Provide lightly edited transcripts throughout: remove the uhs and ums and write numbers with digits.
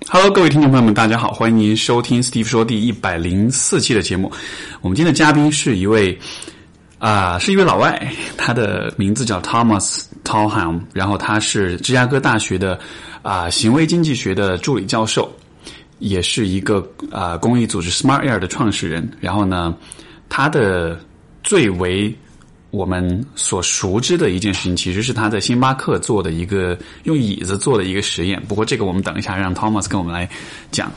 Hello， 各位听众朋友们，大家好，欢迎您收听 Steve 说第104期的节目。我们今天的嘉宾是一位老外，他的名字叫 Thomas Talham， 然后他是芝加哥大学的行为经济学的助理教授，也是一个公益组织 Smart Air 的创始人。然后呢，他的最为我们所熟知的一件事情，其实是他在星巴克做的一个用椅子做的一个实验。不过这个我们等一下让 Thomas 跟我们来讲。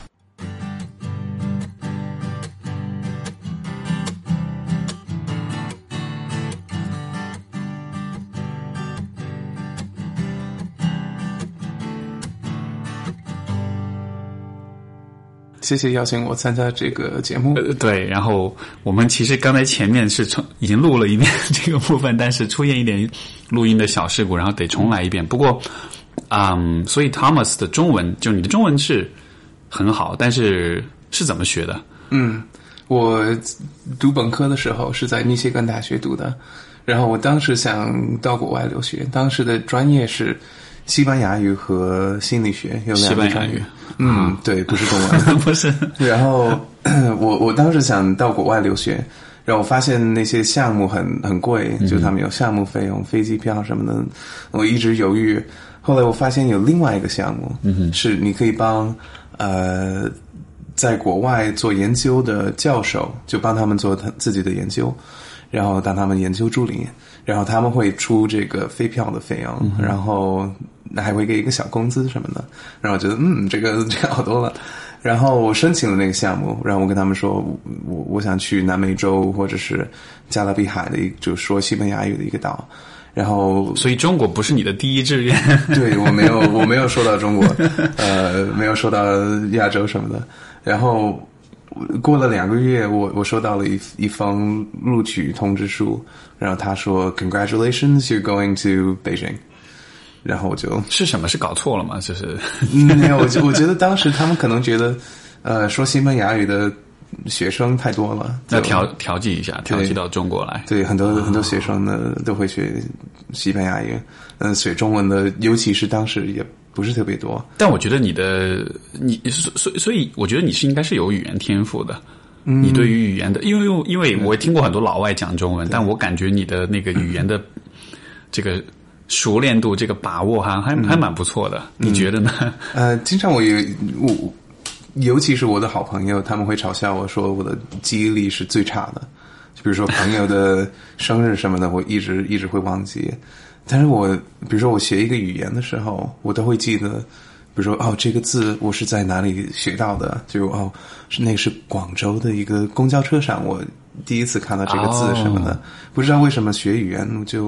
谢谢邀请我参加这个节目。 对，然后我们其实刚才前面是已经录了一遍这个部分，但是出现一点录音的小事故，然后得重来一遍。不过，所以 Thomas 的中文，就你的中文是很好，但是是怎么学的？ 我读本科的时候是在密歇根大学读的，然后我当时想到国外留学，当时的专业是西班牙语和心理学，有两个专业。对，不是中文， 不是。 然后我当时想到国外留学，然后我发现那些项目很贵，就他们有项目费用、飞机票什么的，我一直犹豫。后来我发现有另外一个项目，是你可以帮在国外做研究的教授，就帮他们做自己的研究，然后当他们研究助理，然后他们会出这个飞票的费用，然后还会给一个小工资什么的。然后我觉得这个好多了。然后我申请了那个项目，然后我跟他们说我想去南美洲或者是加勒比海的就说西班牙语的一个岛。然后所以中国不是你的第一志愿。 对，我没有说到中国，没有说到亚洲什么的。然后过了2个月，我收到了一封录取通知书，然后他说 Congratulations, you're going to Beijing。然后我就是什么是搞错了吗？就是没有，我觉得当时他们可能觉得说西班牙语的学生太多了， 要调剂一下，调剂到中国来。 对，很多学生呢都会学西班牙语，学中文的，尤其是当时也不是特别多。 但我觉得所以我觉得你应该是有语言天赋的。你对于语言的，因为我也听过很多老外讲中文，但我感觉你的那个语言的这个熟练度，这个把握还蛮不错的。你觉得呢？ 经常我尤其是我的好朋友，他们会嘲笑我说我的记忆力是最差的。就比如说朋友的生日什么的，我一直会忘记。但是比如说我学一个语言的时候，我都会记得，比如说这个字我是在哪里学到的，是广州的一个公交车上我第一次看到这个字什么的。不知道为什么学语言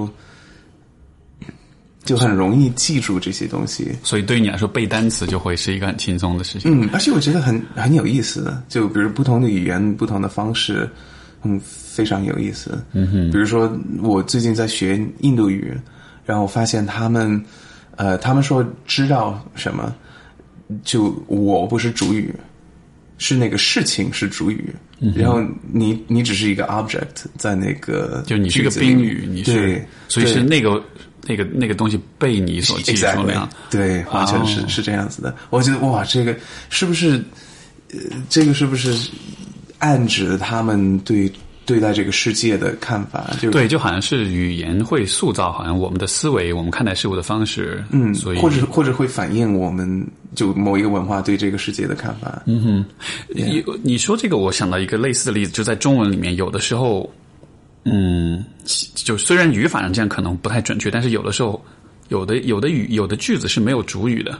就很容易记住这些东西，所以对于你来说背单词就会是一个很轻松的事情。 而且我觉得很有意思，就比如不同的语言不同的方式非常有意思。比如说我最近在学印度语，然后发现他们说知道什么，就我不是主语，是那个事情是主语，然后你只是一个 object 在那个， 就你是个宾语，你是，对，所以是那个东西被你所记住了呀。 对，完全是这样子的。我觉得哇，这个是不是暗指他们对待这个世界的看法？ 对，就好像是语言会塑造好像我们的思维，我们看待事物的方式。所以或者会反映我们就某一个文化对这个世界的看法。 你说这个，我想到一个类似的例子，就在中文里面，有的时候。就虽然语法上这样可能不太准确，但是有的时候有的句子是没有主语的。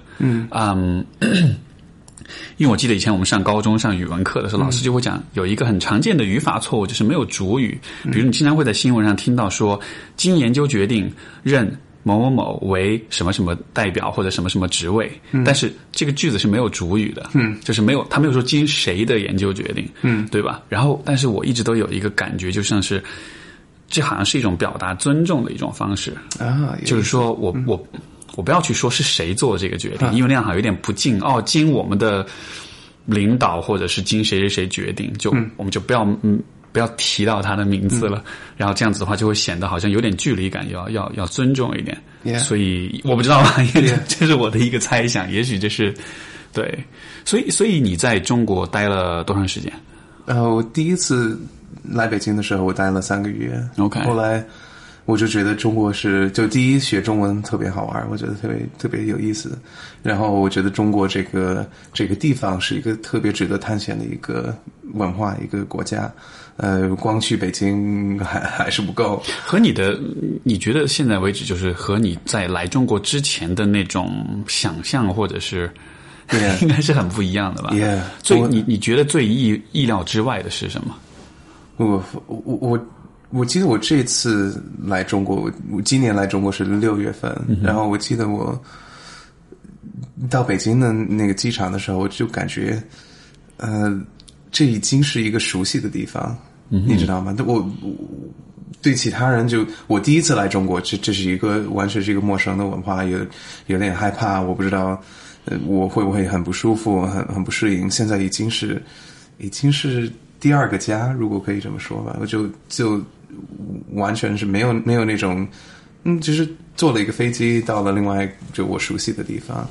因为我记得以前我们上高中上语文课的时候，老师就会讲有一个很常见的语法错误，就是没有主语。比如你经常会在新闻上听到说经研究决定任某某某为什么什么代表或者什么什么职位，但是这个句子是没有主语的，就是他没有说经谁的研究决定，对吧？然后但是我一直都有一个感觉，就像是这好像是一种表达尊重的一种方式就是说我不要去说是谁做这个决定，因为那样好像有点不敬。经我们的领导或者是经谁谁谁决定，我们就不要提到他的名字了，然后这样子的话就会显得好像有点距离感，要尊重一点。所以我不知道吧，这是我的一个猜想，也许这是对，所以你在中国待了多长时间？ 我第一次来北京的时候，我待了3个月。 OK， 后来我就觉得中国就第一学中文特别好玩，我觉得特别有意思。然后我觉得中国这个地方是一个特别值得探险的一个文化，一个国家。光去北京还是不够。 和你觉得现在为止，就是和你在来中国之前的那种想象，或者是应该是很不一样的吧？ Yeah， 所以你觉得最意料之外的是什么？ 我记得我这次来中国，我今年来中国是6月份，然后我记得我到北京的那个机场的时候，我就感觉，这已经是一个熟悉的地方，你知道吗？我对其他人我第一次来中国，这是完全是一个陌生的文化，有点害怕，我不知道，我会不会很不舒服，很不适应。现在已经是第二个家，如果可以这么说吧，我就完全是没有那种，只是坐了一个飞机到了另外就我熟悉的地方，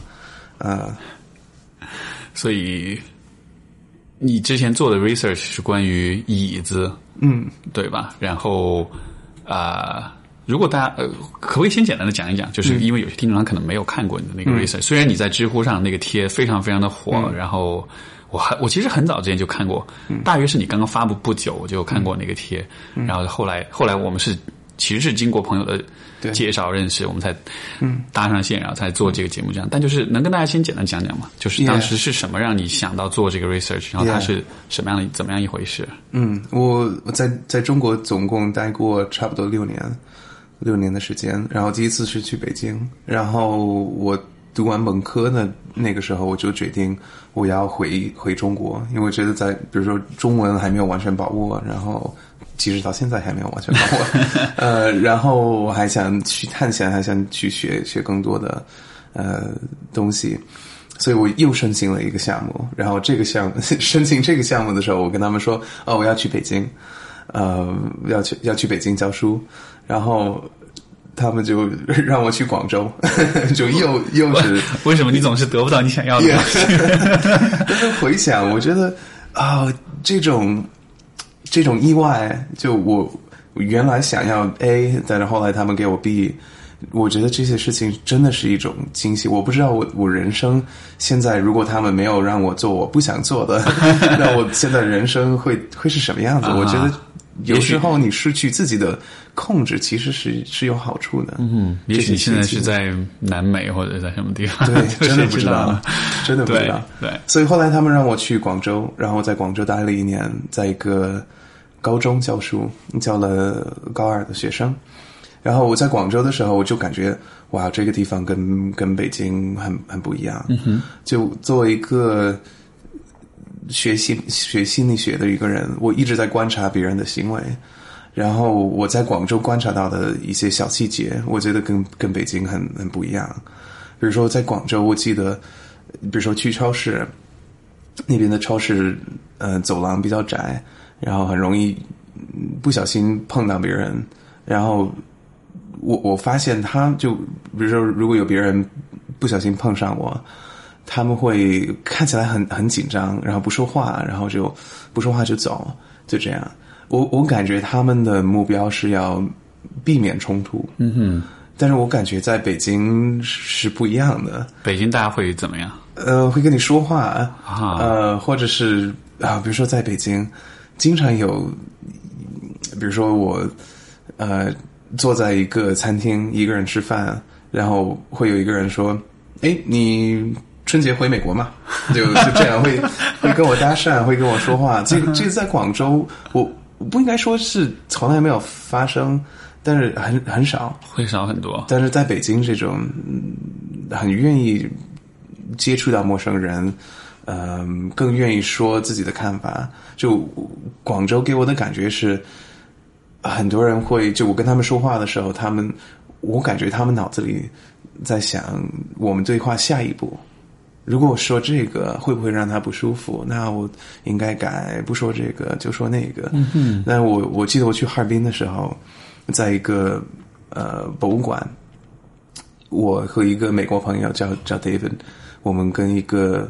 所以你之前做的 research 是关于椅子，对吧？然后如果大家可不可以先简单的讲一讲，就是因为有些听众他可能没有看过你的那个 research，虽然你在知乎上那个贴非常非常的火，然后我其实很早之前就看过，大约是你刚刚发布不久我就看过那个贴，然后后来我们其实是经过朋友的介绍认识，我们才搭上线，然后才做这个节目这样。但就是能跟大家先简单讲讲吗？就是当时是什么让你想到做这个 research， 然后它是什么样的怎么样一回事？ 我在中国总共待过差不多6年的时间，然后第一次是去北京，然后我读完本科的那个时候，我就决定我要回中国，因为我觉得比如说中文还没有完全把握，然后其实到现在还没有完全把握，然后我还想去探险，还想去学更多的东西，所以我又申请了一个项目。然后申请这个项目的时候，我跟他们说，我要去北京，要去北京教书，然后他们就让我去广州，就又是为什么你总是得不到你想要的东西？ 但是回想，我觉得这种意外，就我原来想要 A， 但是后来他们给我 B， 我觉得这些事情真的是一种惊喜。我不知道我人生现在，如果他们没有让我做我不想做的，那我现在人生会是什么样子？我觉得有时候你失去自己的控制，其实是有好处的。 也许你现在是在南美或者在什么地方？ 对，真的不知道，真的不知道。 对， 所以后来他们让我去广州，然后在广州待了1年，在一个高中教书，教了高2的学生。然后我在广州的时候，我就感觉哇，这个地方跟北京很不一样。就作为一个学心理学的一个人，我一直在观察别人的行为，然后我在广州观察到的一些小细节，我觉得跟北京很不一样。比如说在广州，我记得，比如说去超市，那边的超市走廊比较窄，然后很容易不小心碰到别人，然后我发现比如说如果有别人不小心碰上我，他们会看起来很紧张，然后不说话，然后就不说话就走，就这样。我感觉他们的目标是要避免冲突。但是我感觉在北京是不一样的。 北京大家会怎么样？ 会跟你说话或者是比如说在北京经常有，比如说我坐在一个餐厅一个人吃饭，然后会有一个人说，你春节回美国嘛？就这样会跟我搭讪，会跟我说话。这个在广州，我不应该说是从来没有发生，但是很少， 会少很多。 但是在北京这种很愿意接触到陌生人，更愿意说自己的看法。就广州给我的感觉是，很多人会就我跟他们说话的时候，我感觉他们脑子里在想我们对话下一步。如果我说这个会不会让他不舒服？那我应该改，不说这个就说那个。但我记得我去哈尔滨的时候，在一个博物馆，我和一个美国朋友叫 David， 我们跟一个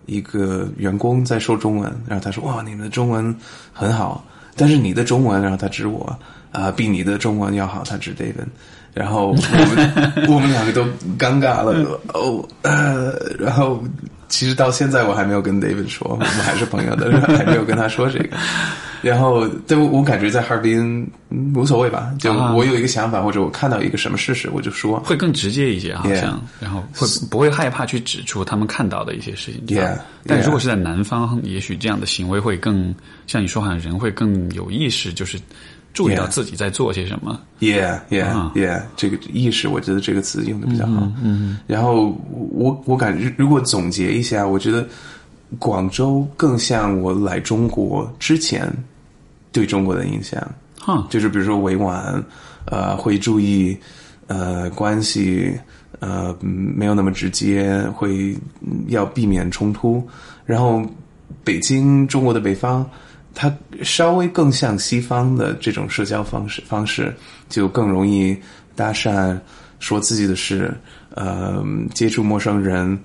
一个员工在说中文，然后他说哇你们的中文很好，但是你的中文，然后他指我比你的中文要好，他指 David， 然后我们两个都尴尬了然后其实到现在我还没有跟 David 说，我们还是朋友的，还没有跟他说这个。然后对我感觉在哈尔滨无所谓吧，就我有一个想法或者我看到一个什么事实我就说， 会更直接一些好像， 然后不会害怕去指出他们看到的一些事情。但如果是在南方，也许这样的行为会更像你说，好像人会更有意识，就是注意到自己在做些什么。 Yeah， 这个意识，我觉得这个词用的比较好。然后我感觉，如果总结一下，我觉得广州更像我来中国之前对中国的印象。就是比如说委婉，会注意关系，没有那么直接，会要避免冲突。然后北京，中国的北方，它稍微更像西方的这种社交方式，就更容易搭讪，说自己的事，接触陌生人，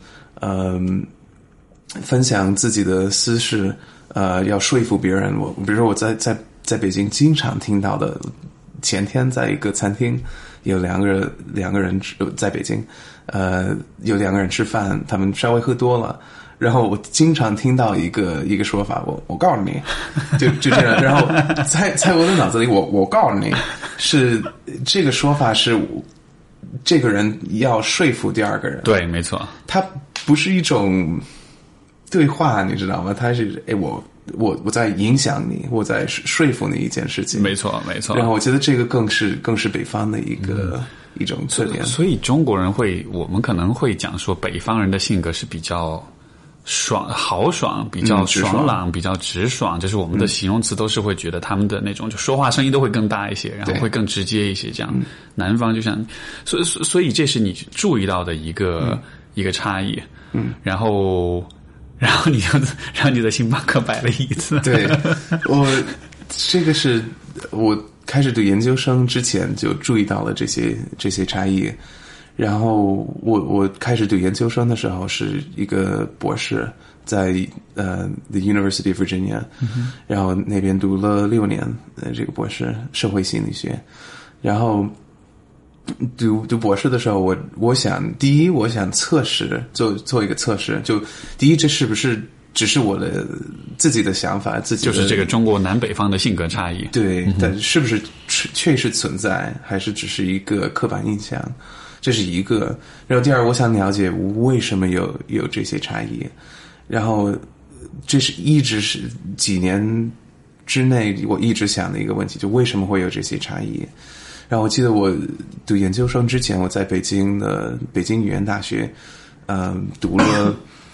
分享自己的私事，要说服别人。比如说我在北京经常听到的，前天在一个餐厅有两个人在北京，有两个人吃饭，他们稍微喝多了。然后我经常听到一个说法，我告诉你，就这样。然后在我的脑子里，我告诉你，是这个说法是这个人要说服第二个人。 对，没错， 它不是一种对话，你知道吗？它是我在影响你，我在说服你一件事情。 没错。 然后我觉得这个更是北方的一种特点。 所以中国人我们可能会讲说，北方人的性格是比较豪爽，比较爽朗，比较直爽，就是我们的形容词都是会觉得他们的那种就说话声音都会更大一些，然后会更直接一些。这样，南方就像，所以这是你注意到的一个差异。然后你就在星巴克摆了椅子。 对，这个是我开始读研究生之前就注意到了这些差异。然后我开始读研究生的时候是一个博士，在The University of Virginia，然后那边读了6年这个博士社会心理学。然后读博士的时候，我想第一，我想测试做一个测试，就第一，这是不是只是我的自己的想法，自己的就是这个中国南北方的性格差异。 对，但是不是确实存在，还是只是一个刻板印象？这是一个。然后第二，我想了解为什么有这些差异。然后这是一直是几年之内我一直想的一个问题，就为什么会有这些差异。然后我记得我读研究生之前，我在北京语言大学读了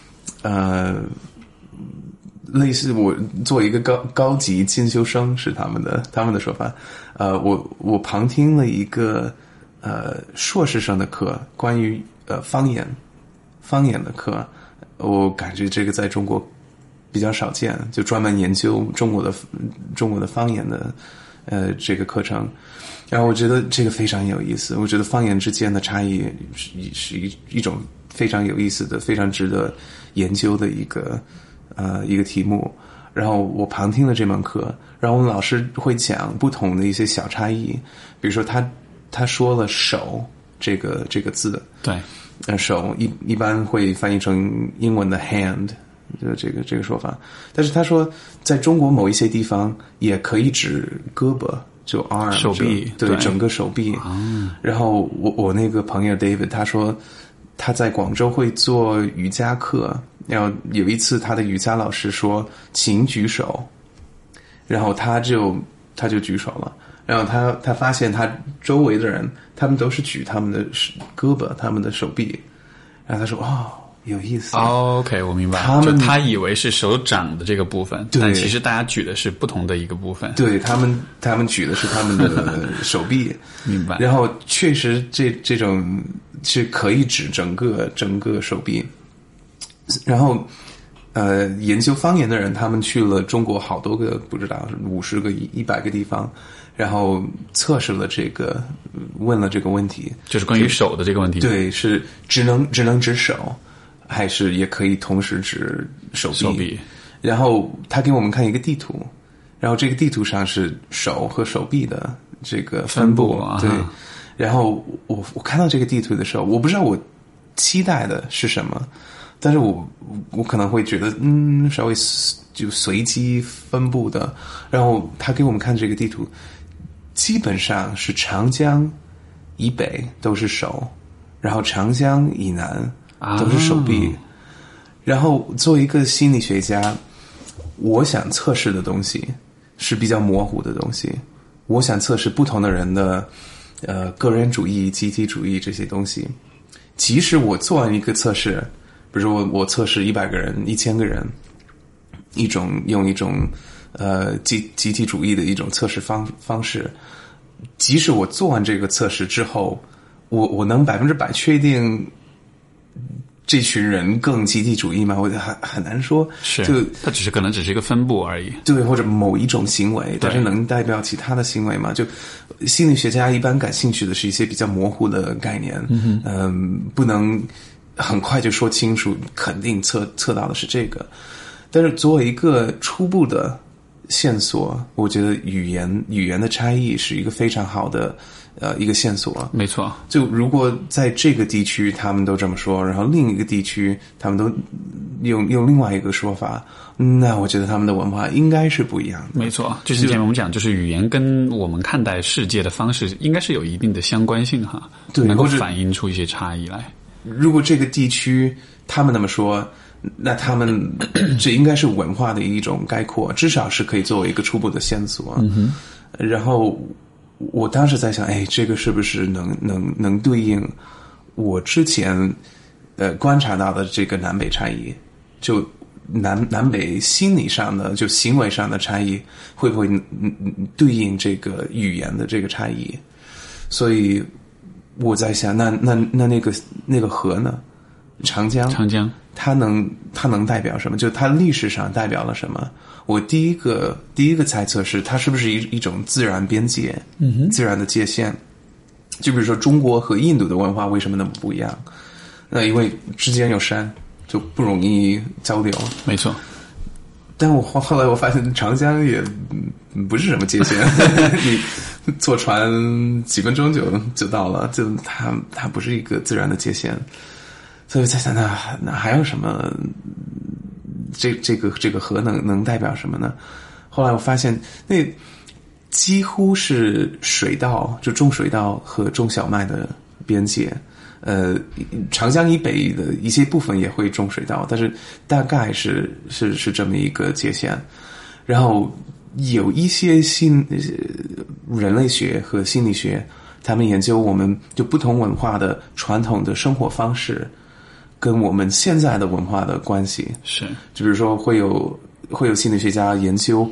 类似我做一个高级进修生是他们的说法。我旁听了一个硕士生的课，关于方言的课。我感觉这个在中国比较少见，就专门研究中国的方言的这个课程。然后我觉得这个非常有意思，我觉得方言之间的差异是一种非常有意思的、非常值得研究的一个题目。然后我旁听了这门课，然后我们老师会讲不同的一些小差异，比如说他说了手这个字， 对， 手一般会翻译成英文的 hand， 这个说法，但是他说在中国某一些地方也可以指胳膊，就 arm 手臂， 对，整个手臂。然后我那个朋友 David 他说他在广州会做瑜伽课，然后有一次他的瑜伽老师说请举手，然后他就举手了。然后他发现他周围的人他们都是举他们的胳膊，他们的手臂。然后他说有意思。 OK， 我明白。他以为是手掌的这个部分，但其实大家举的是不同的一个部分。 对，他们举的是他们的手臂。 明白。 然后确实这种是可以指整个手臂。然后研究方言的人，他们去了中国好多个，不知道50个、100个地方，然后测试了问了这个问题， 就是关于手的这个问题。 对，是只能指手， 还是也可以同时指手臂。 然后他给我们看一个地图，然后这个地图上是手和手臂的这个分布，对。然后我看到这个地图的时候，我不知道我期待的是什么，但是我可能会觉得稍微就随机分布的。然后他给我们看这个地图，基本上是长江以北都是手，然后长江以南都是手臂。然后作为一个心理学家，我想测试的东西是比较模糊的东西，我想测试不同的人的个人主义、集体主义这些东西。即使我做完一个测试，比如说我测试100个人、1000个人，用一种集体主义的一种测试方式，即使我做完这个测试之后，我能100%确定这群人更集体主义吗？我很难说。 是，就它可能只是一个分布而已。 对，或者某一种行为，但是能代表其他的行为吗？就心理学家一般感兴趣的是一些比较模糊的概念，不能很快就说清楚，肯定测到的是这个。但是作为一个初步的线索，我觉得语言的差异是一个非常好的一个线索。 没错， 就如果在这个地区他们都这么说，然后另一个地区他们都用另外一个说法，那我觉得他们的文化应该是不一样的。 没错，就是前面我们讲，就是语言跟我们看待世界的方式应该是有一定的相关性哈， 对， 能够反映出一些差异来。 如果这个地区他们那么说，那他们这应该是文化的一种概括，至少是可以作为一个初步的线索。然后我当时在想，这个是不是能对应我之前观察到的这个南北差异？就南北心理上的，就行为上的差异，会不会对应这个语言的这个差异？所以我在想，那个河呢？长江，它能代表什么？就它历史上代表了什么？我第一个猜测是，它是不是一种自然边界，自然的界限？就比如说中国和印度的文化为什么那么不一样？那因为之间有山，就不容易交流。 没错。 但我后来我发现长江也不是什么界限，你坐船几分钟就到了，就它不是一个自然的界限。所以我在想，那还有什么？这个河能代表什么呢？后来我发现，那几乎是水稻，就种水稻和种小麦的边界。长江以北的一些部分也会种水稻，但是大概是这么一个界限。然后有一些人类学和心理学，他们研究我们就不同文化的传统的生活方式跟我们现在的文化的关系。 是， 就比如说会有心理学家研究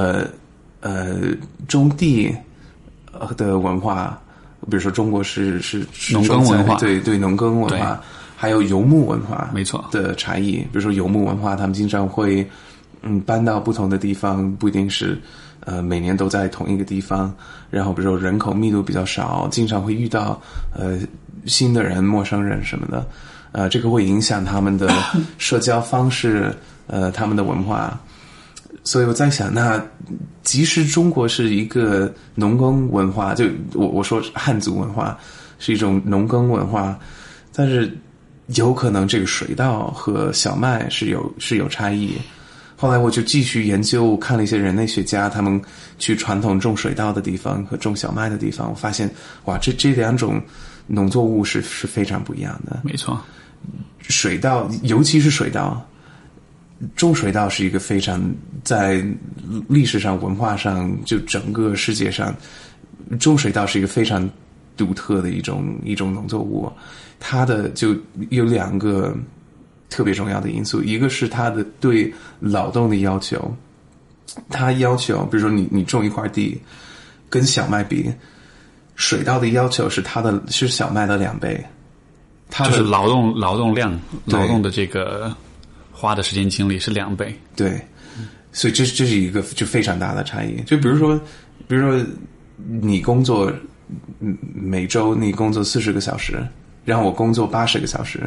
种地的文化，比如说中国是农耕文化， 对农耕文化，还有游牧文化， 没错的差异。比如说游牧文化，他们经常会搬到不同的地方，不一定是每年都在同一个地方。然后比如说人口密度比较少，经常会遇到新的人、陌生人什么的。这个会影响他们的社交方式，他们的文化。所以我在想，那即使中国是一个农耕文化，就我说汉族文化是一种农耕文化，但是有可能这个水稻和小麦是有差异。后来我就继续研究，看了一些人类学家他们去传统种水稻的地方和种小麦的地方，我发现哇，这两种农作物是非常不一样的。 没错， 水稻，尤其是水稻，种水稻是一个非常在历史上、文化上，就整个世界上，种水稻是一个非常独特的一种农作物。它的就有两个特别重要的因素，一个是它的对劳动的要求，它要求，比如说你种一块地，跟小麦比，水稻的要求是小麦的2倍， 就是劳动量、劳动的这个花的时间精力是2倍。 对，所以这是一个就非常大的差异。就比如说你工作每周你工作40个小时，然后我工作80个小时，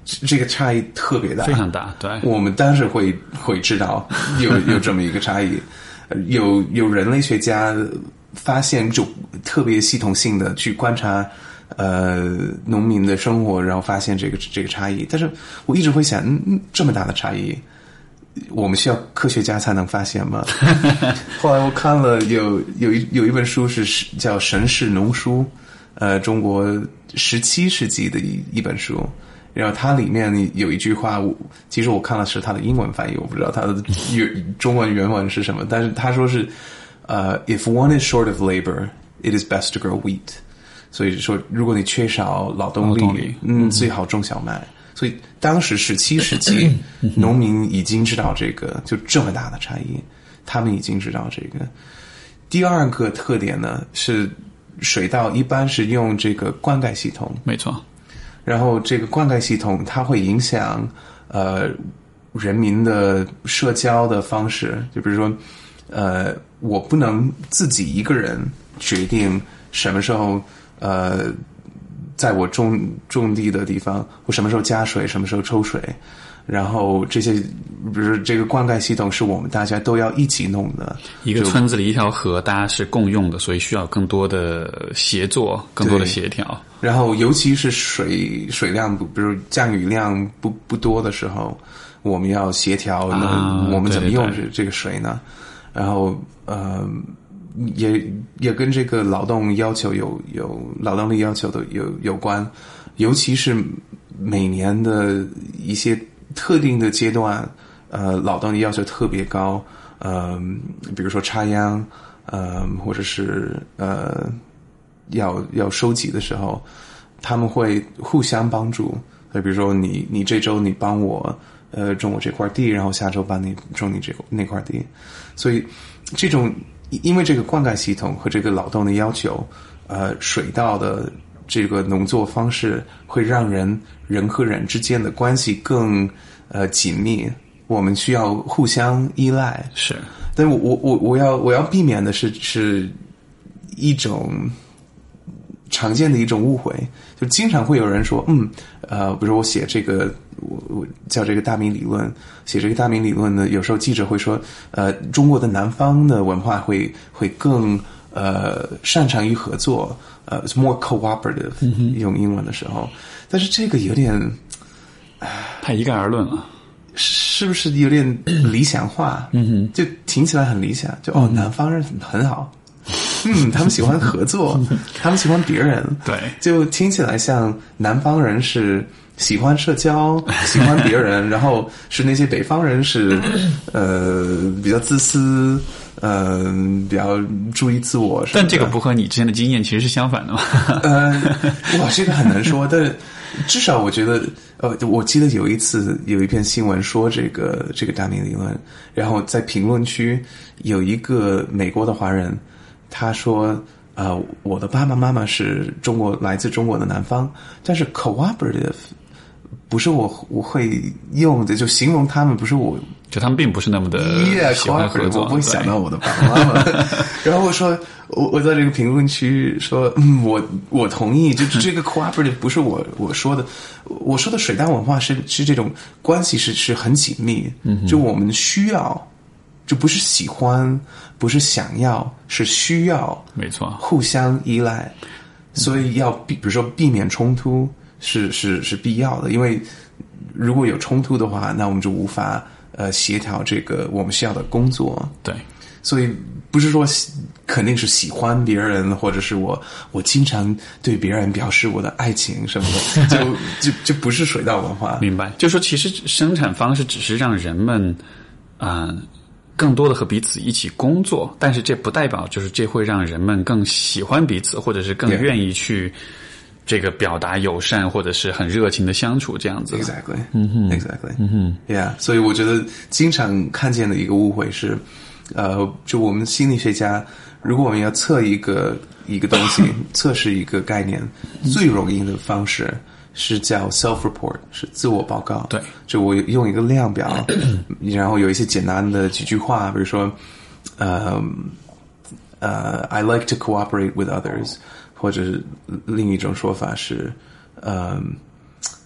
这个差异特别大， 非常大。对， 我们当时会知道有这么一个差异。有人类学家发现，就特别系统性的去观察农民的生活，然后发现这个差异。但是我一直会想，这么大的差异，我们需要科学家才能发现吗？后来我看了有一本书是叫《神氏农书》，中国17世纪的一本书。然后它里面有一句话，其实我看了是它的英文翻译，我不知道它的中文原文是什么，但是他说是if one is short of labor, it is best to grow wheat。所以说，如果你缺少劳动力，最好种小麦。所以当时17世纪，农民已经知道这个，就这么大的差异，他们已经知道这个。第二个特点呢是，水稻一般是用这个灌溉系统， 没错。 然后这个灌溉系统它会影响人民的社交的方式，就比如说我不能自己一个人决定什么时候在我种地的地方我什么时候加水什么时候抽水，然后这些比如说这个灌溉系统是我们大家都要一起弄的， 一个村子里一条河大家是共用的，所以需要更多的协作，更多的协调。 然后尤其是水量比如降雨量不多的时候，我们要协调我们怎么用这个水呢？然后也跟这个劳动要求有劳动力要求的有关，尤其是每年的一些特定的阶段，劳动力要求特别高，比如说插秧，或者是要收集的时候，他们会互相帮助。比如说你这周你帮我种我这块地，然后下周帮你种你那块地。所以这种因为这个灌溉系统和这个劳动的要求，水稻的这个农作方式会让人和人之间的关系更紧密，我们需要互相依赖。 是， 但我要避免的是一种常见的一种误会，就经常会有人说，比如说我写这个，我叫这个大明理论，写这个大明理论呢，有时候记者会说，中国的南方的文化会更擅长于合作，more cooperative，用英文的时候，但是这个有点太一概而论了。 是不是有点理想化？就听起来很理想，就南方人很好，他们喜欢合作，他们喜欢别人， 对， 就听起来像南方人是喜欢社交，喜欢别人，然后是那些北方人是比较自私，比较注意自我。 但这个不和你之前的经验其实是相反的嘛？ 哇，这个很难说，但是至少我觉得，我记得有一次有一篇新闻说这个大明理论，然后在评论区有一个美国的华人，他说，我的爸爸妈妈是来自中国的南方，但是 cooperative 不是我会用的，就形容他们不是我。 就他们并不是那么的喜欢合作， 我不会想到我的爸爸妈妈。然后我说，我在这个评论区说，我同意，就这个 cooperative 不是我说的，我说的水稻文化是这种关系是很紧密，就我们需要，就不是喜欢，不是想要，是需要， 没错， 互相依赖，所以要比如说避免冲突是必要的，因为如果有冲突的话，那我们就无法协调这个我们需要的工作。 对， 所以不是说肯定是喜欢别人，或者是我经常对别人表示我的爱情什么的，就不是水稻文化。 明白，就说其实生产方式只是让人们更多的和彼此一起工作，但是这不代表就是这会让人们更喜欢彼此，或者是更愿意去这个表达友善或者是很热情的相处这样子。 Exactly Yeah， 所以我觉得经常看见的一个误会是就我们心理学家如果我们要测一个东西测试一个概念，最容易的方式是叫 self-report， 是自我报告。 对， 就我用一个量表然后有一些简单的几句话，比如说I like to cooperate with others， 或者另一种说法是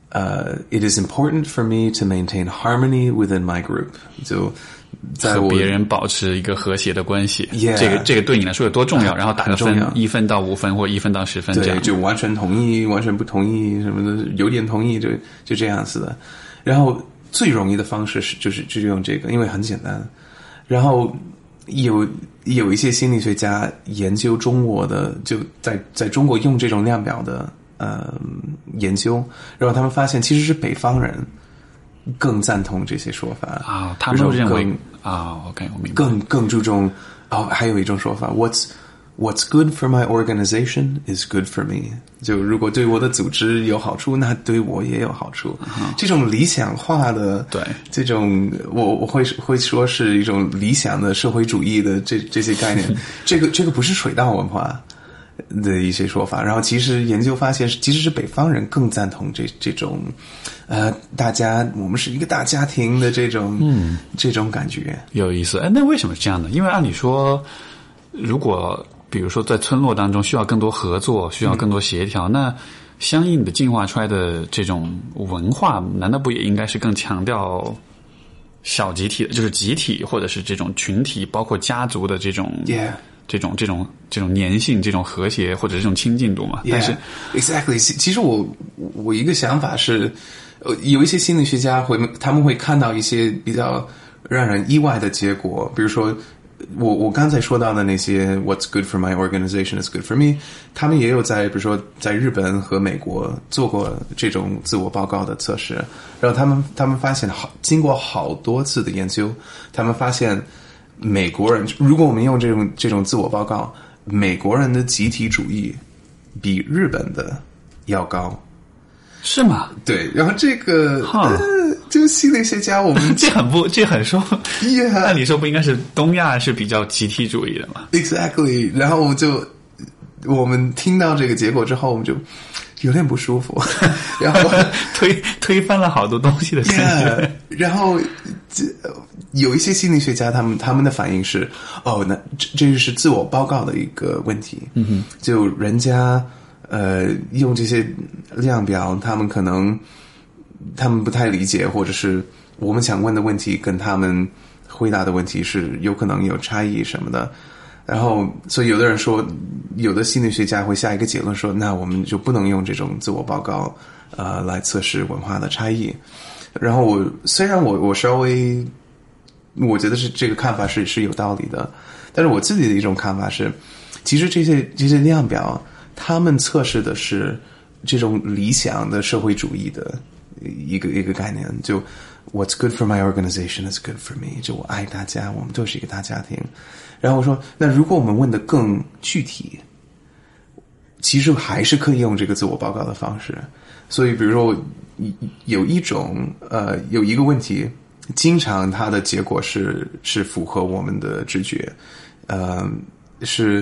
it is important for me to maintain harmony within my group. 就在我和别人保持一个和谐的关系。 Yeah, 这个对你来说有多重要？然后打个分，1分到5分或者1分到10分这样。 对，就完全同意，完全不同意什么的，有点同意就这样子的。然后最容易的方式就是用这个，因为很简单。然后有一些心理学家研究中国的，就在中国用这种量表的研究，然后他们发现其实是北方人更赞同这些说法啊，他们认为啊 ，OK， 我明白， 更注重还有一种说法 ，What's good for my organization is good for me。就如果对我的组织有好处，那对我也有好处。这种理想化的， 对， 这种我会说是一种理想的社会主义的这些概念。这个不是水稻文化的一些说法。然后其实研究发现，其实是北方人更赞同这种大家我们是一个大家庭的这种感觉。 有意思。那为什么是这样呢？因为按理说，如果比如说在村落当中需要更多合作，需要更多协调，那相应的进化出来的这种文化，难道不也应该是更强调小集体的，就是集体或者是这种群体，包括家族的这种 Yeah。 这种粘性，这种和谐或者这种亲近度嘛？ Yeah, 但是 exactly， 其实我一个想法是，有一些心理学家他们会看到一些比较让人意外的结果，比如说我刚才说到的那些 What's good for my organization is good for me， 他们也有比如说在日本和美国做过这种自我报告的测试，然后他们发现经过好多次的研究，他们发现美国人，如果我们用这种自我报告，美国人的集体主义比日本的要高。 是吗？ 对，然后这个这个心理学家我们这很说 Yeah， 按理说不应该是东亚是比较集体主义的嘛？ Exactly， 然后我们听到这个结果之后，我们就有点不舒服，然后推翻了好多东西的感觉。 Yeah， 然后有一些心理学家他们的反应是，那这是自我报告的一个问题。就人家用这些量表，他们不太理解，或者是我们想问的问题跟他们回答的问题是有可能有差异什么的。然后所以有的人说，有的心理学家会下一个结论说，那我们就不能用这种自我报告来测试文化的差异。然后虽然我稍微我觉得是这个看法是有道理的，但是我自己的一种看法是，其实这些量表他们测试的是这种理想的社会主义的一个概念，就 What's good for my organization is good for me， 就我爱大家，我们都是一个大家庭。然后我说，那如果我们问的更具体，其实还是可以用这个自我报告的方式。所以比如说有一个问题，经常它的结果是符合我们的直觉，是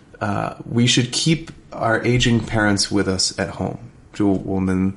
we should keep our aging parents with us at home， 就我们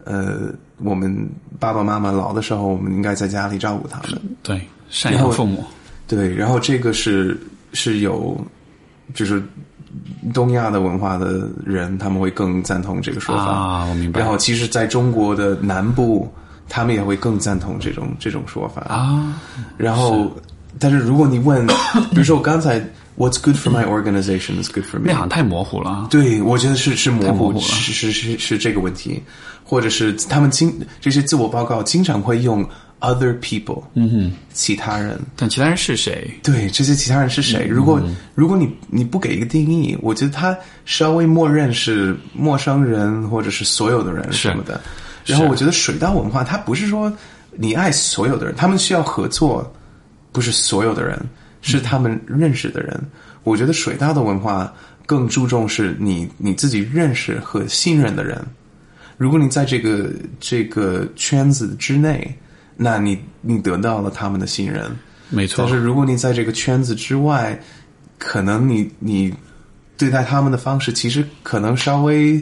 爸爸妈妈老的时候，我们应该在家里照顾他们。 对，赡养父母。 对，然后这个是有，就是东亚的文化的人，他们会更赞同这个说法啊，我明白。 然后其实在中国的南部，他们也会更赞同这种说法啊。 然后，但是如果你问，比如说我刚才 What's good for my organization is good for me， 那好像太模糊了。 对，我觉得是模糊了，是这个问题，或者是他们这些自我报告经常会用 other people， 其他人， 但其他人是谁？ 对，这些其他人是谁？如果你不给一个定义，我觉得他稍微默认是陌生人或者是所有的人什么的。然后我觉得水稻文化，它不是说你爱所有的人，他们需要合作，不是所有的人，是他们认识的人。我觉得水稻的文化更注重是你自己认识和信任的人。如果你在这个圈子之内，那你得到了他们的信任， 没错。 但是如果你在这个圈子之外，可能你对待他们的方式其实可能稍微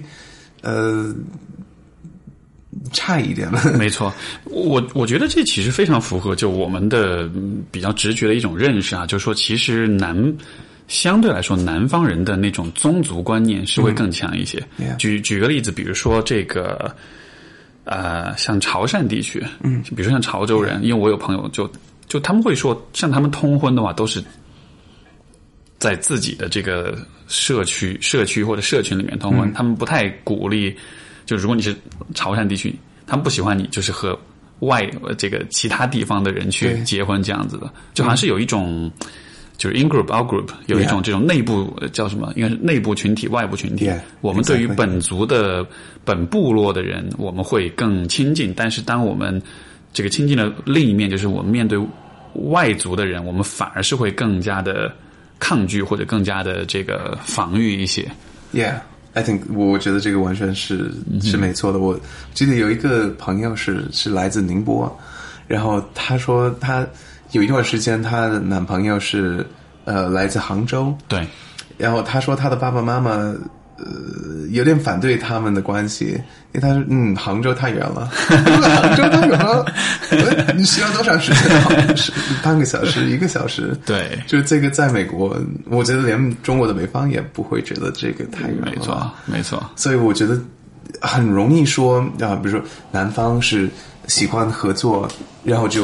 差一点了。 没错，我觉得这其实非常符合就我们的比较直觉的一种认识啊，就是说其实相对来说南方人的那种宗族观念是会更强一些。举个例子，比如说这个像潮汕地区，比如说像潮州人，因为我有朋友就他们会说，像他们通婚的话，都是在自己的这个社区或者社群里面通婚，他们不太鼓励。就如果你是潮汕地区，他们不喜欢你就是和这个其他地方的人去结婚这样子的，就好像是有一种。就是 in group out group 有一种这种内部叫什么？应该是内部群体、外部群体。我们对于本族的本部落的人，我们会更亲近。但是当我们这个亲近的另一面，就是我们面对外族的人，我们反而是会更加的抗拒或者更加的这个防御一些。 I think 我觉得这个完全是没错的。我记得有一个朋友是来自宁波，然后他说他。有一段时间，她的男朋友是来自杭州， 对， 然后她说她的爸爸妈妈有点反对他们的关系，因为她说杭州太远了，杭州太远了，你需要多长时间？半个小时、1个小时， 对， 就是这个在美国，我觉得连中国的北方也不会觉得这个太远了， 没错， 所以我觉得很容易说比如说男方是喜欢合作，然后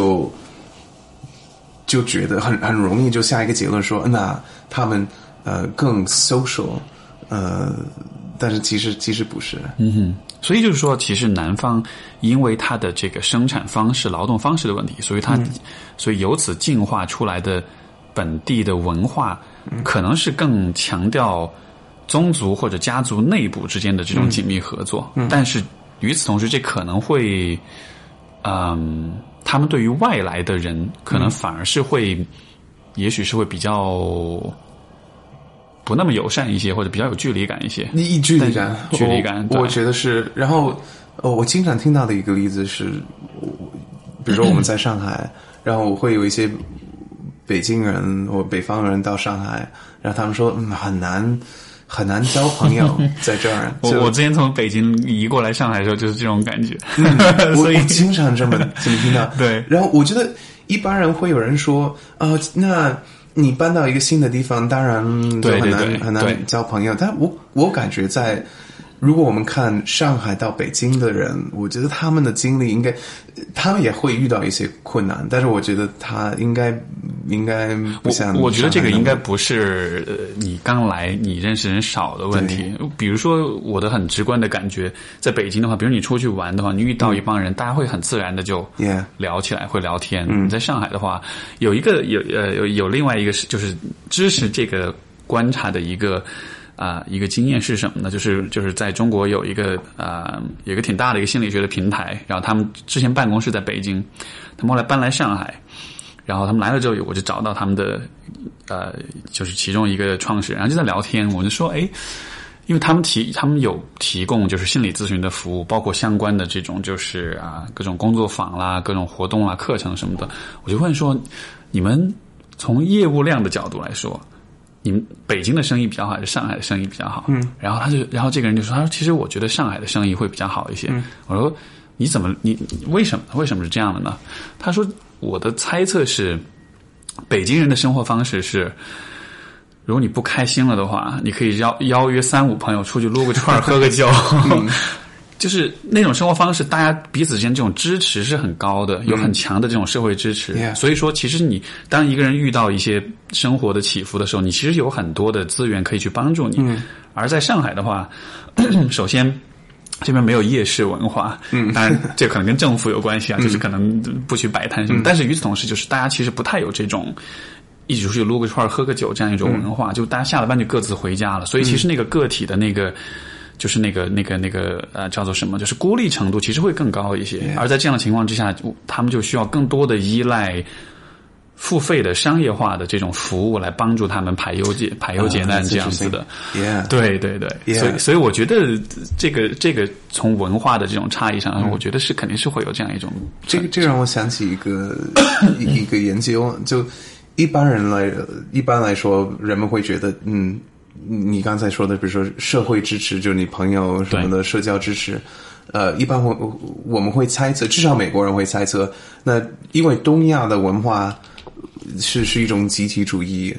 就觉得很容易就下一个结论说，那他们更 social，但是其实不是。 所以就是说，其实南方因为它的这个生产方式、劳动方式的问题，所以由此进化出来的本地的文化，可能是更强调宗族或者家族内部之间的这种紧密合作。但是与此同时，这可能会，他们对于外来的人，可能反而是会，也许是会比较不那么友善一些，或者比较有距离感一些。 距离感，我觉得是。然后，我经常听到的一个例子是，比如说我们在上海，然后会有一些北京人或北方人到上海，然后他们说，很难交朋友在这儿。 我之前从北京移过来上海的时候就是这种感觉。 所以我经常这么听到。 对。 然后我觉得一般人会有人说那你搬到一个新的地方，当然就很难交朋友。但我感觉如果我们看上海到北京的人，我觉得他们的经历应该，他们也会遇到一些困难，但是我觉得他应该不像。 我觉得这个应该不是你刚来你认识人少的问题。比如说我的很直观的感觉，在北京的话，比如你出去玩的话，你遇到一帮人，大家会很自然的就聊起来，会聊天。你在上海的话，有另外一个就是支持这个观察的一个经验是什么呢？就是在中国有一个挺大的一个心理学的平台，然后他们之前办公室在北京，他们后来搬来上海，然后他们来了之后，我就找到他们的就是其中一个创始人，然后就在聊天，我就说因为他们有提供就是心理咨询的服务，包括相关的这种就是各种工作坊啦、各种活动啦、课程什么的，我就问说，你们从业务量的角度来说，你们北京的生意比较好还是上海的生意比较好？然后这个人就说，他说其实我觉得上海的生意会比较好一些。我说你为什么是这样的呢？他说我的猜测是，北京人的生活方式是，如果你不开心了的话，你可以邀约3-5朋友出去撸个串喝个酒。就是那种生活方式，大家彼此之间这种支持是很高的，有很强的这种社会支持。所以说，其实你当一个人遇到一些生活的起伏的时候，你其实有很多的资源可以去帮助你。而在上海的话，首先这边没有夜市文化，当然这可能跟政府有关系就是可能不许摆摊什么。但是与此同时，就是大家其实不太有这种一起出去撸个串喝个酒这样一种文化，就大家下了班就各自回家了。所以其实那个个体的那个。就是那个叫做什么，就是孤立程度其实会更高一些。而在这样的情况之下，他们就需要更多的依赖付费的商业化的这种服务来帮助他们排忧解难这样子的。对，所以我觉得这个从文化的这种差异上，我觉得是肯定是会有这样一种。 这让我想起一个研究，就一般来说，人们会觉得你刚才说的，比如说社会支持，就是你朋友什么的社交支持，一般我们会猜测，至少美国人会猜测，那因为东亚的文化是一种集体主义，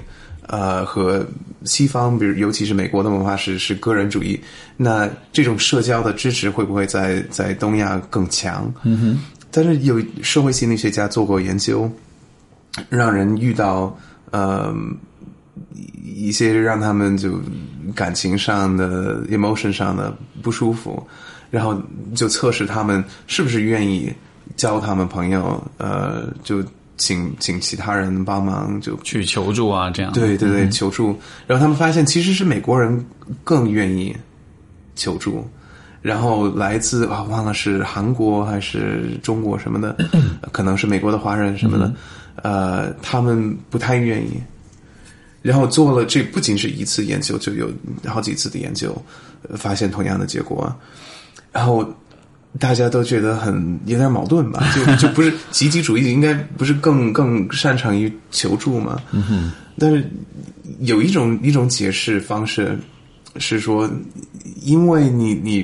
和西方，比如尤其是美国的文化是个人主义，那这种社交的支持会不会在东亚更强？但是有社会心理学家做过研究，让人遇到一些让他们就感情上的 emotion 上的不舒服，然后就测试他们是不是愿意交他们朋友，就请其他人帮忙，就去求助啊，这样。 对，求助。然后他们发现其实是美国人更愿意求助，然后来自忘了是韩国还是中国什么的，可能是美国的华人什么的，他们不太愿意。然后做了这不仅是一次研究，就有好几次的研究，发现同样的结果。然后大家都觉得有点矛盾吧，就不是集体主义应该不是更擅长于求助吗？但是有一种解释方式是说，因为你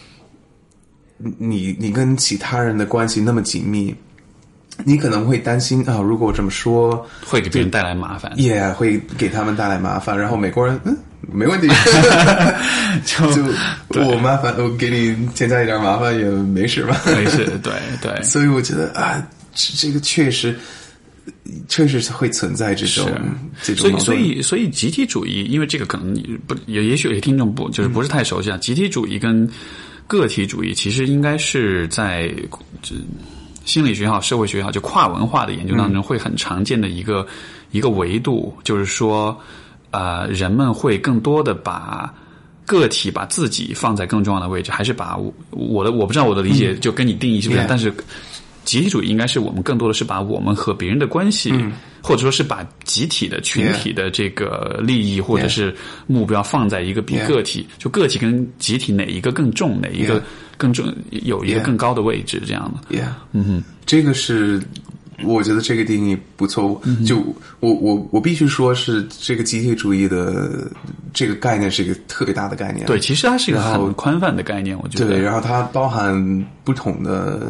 跟其他人的关系那么紧密，你可能会担心如果我这么说会给别人带来麻烦， 也会给他们带来麻烦。然后美国人没问题，就我麻烦，我给你添加一点麻烦也没事吧？ 没事，对。 所以我觉得这个确实会存在这种矛盾。 所以集体主义，因为这个可能也许有些听众不是太熟悉啊。集体主义跟个体主义其实应该是在心理学也好，社会学也好，就跨文化的研究当中会很常见的一个维度，就是说，人们会更多的把个体把自己放在更重要的位置，还是把我不知道我的理解就跟你定义是不是？但是集体主义应该是我们更多的是把我们和别人的关系，或者说是把集体的群体的这个利益或者是目标放在一个比个体，就个体跟集体哪一个更重，哪一个更重，有一个更高的位置，这样的。 这个是我觉得这个定义不错。就我必须说是这个集体主义的这个概念是一个特别大的概念。 对，其实它是一个很宽泛的概念，我觉得。 对，然后它包含不同的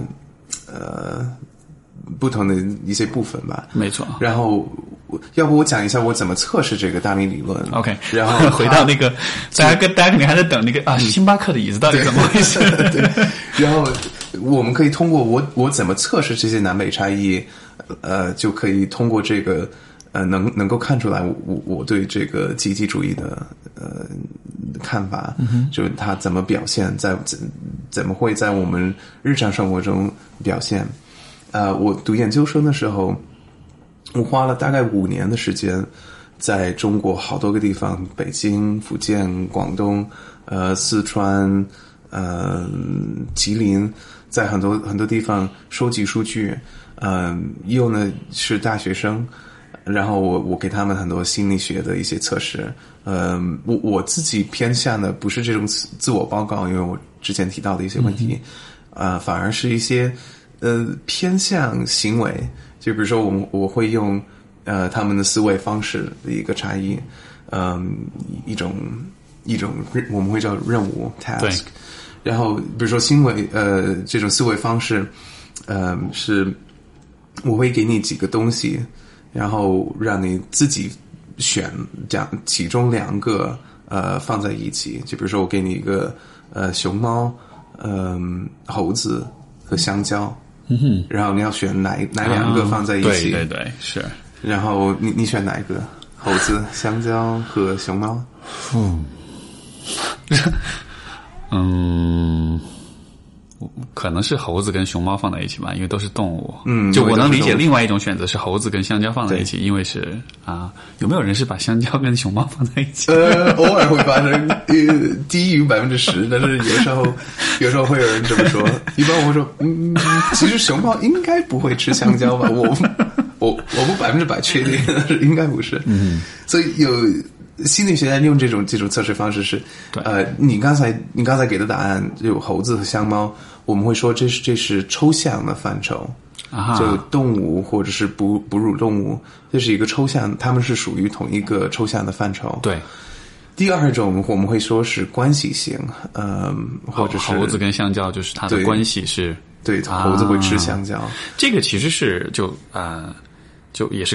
一些部分吧。 没错。 然后要不我讲一下我怎么测试这个大名理论。 OK， 然后回到那个大家肯定还在等那个星巴克的椅子到底怎么回事？ 对。然后我们可以通过我怎么测试这些南北差异，就可以通过这个能够看出来我对这个集体主义的看法，就是它怎么表现，怎么会在我们日常生活中表现。我读研究生的时候，我花了大概5年的时间，在中国好多个地方，北京、福建、广东、四川、吉林，在很多地方收集数据。又呢是大学生，然后我给他们很多心理学的一些测试。我自己偏向的不是这种自我报告，因为我之前提到的一些问题，反而是一些偏向行为，就比如说我会用他们的思维方式的一个差异，一种我们会叫任务 task， 然后比如说行为这种思维方式，是我会给你几个东西，然后让你自己选其中2个放在一起，就比如说我给你一个熊猫、猴子和香蕉。然后你要选哪2个放在一起？ 对，是。 然后你选哪一个？猴子、香蕉和熊猫？ 可能是猴子跟熊猫放在一起吧，因为都是动物。就我能理解另外一种选择是猴子跟香蕉放在一起，因为是有没有人是把香蕉跟熊猫放在一起？ 偶尔会发生，低于10%，但是有时候会有人这么说。一般我会说，其实熊猫应该不会吃香蕉吧？我不100%确定，但是应该不是。所以有心理学家用这种测试方式是，你刚才给的答案有猴子和香猫，我们会说这是抽象的范畴，就动物或者是哺乳动物，这是一个抽象，它们是属于同一个抽象的范畴。 对。 第二种我们会说是关系性，或者是猴子跟香蕉就是它的关系是， 对，猴子会吃香蕉， 这个其实是就也是跟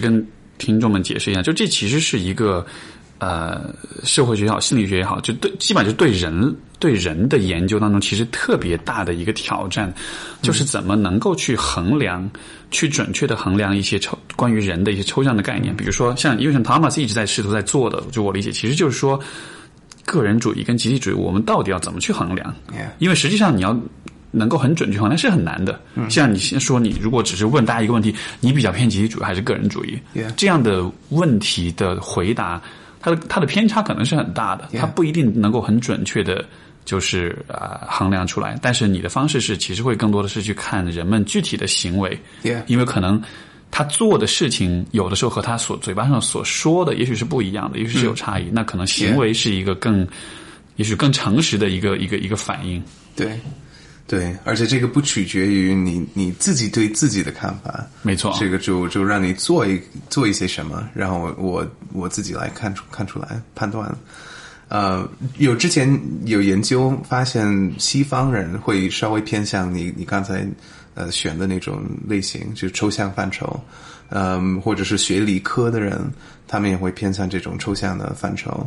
听众们解释一下，就这其实是一个社会学也好，心理学也好，就基本上就对人的研究当中，其实特别大的一个挑战，就是怎么能够去衡量，去准确的衡量一些关于人的一些抽象的概念，比如说因为Thomas 一直在试图在做的，就我理解，其实就是说个人主义跟集体主义，我们到底要怎么去衡量？因为实际上你要能够很准确衡量是很难的。像你先说，你如果只是问大家一个问题，你比较偏集体主义还是个人主义？这样的问题的回答，它的偏差可能是很大的，它不一定能够很准确的，就是衡量出来。但是你的方式是，其实会更多的是去看人们具体的行为，因为可能他做的事情有的时候和他嘴巴上所说的也许是不一样的，也许是有差异。那可能行为是一个也许更诚实的一个反应。 对，而且这个不取决于你自己对自己的看法， 没错， 这个就让你做一些什么，然后我自己来看出来判断。之前有研究发现，西方人会稍微偏向你刚才选的那种类型，就是抽象范畴，或者是学理科的人，他们也会偏向这种抽象的范畴，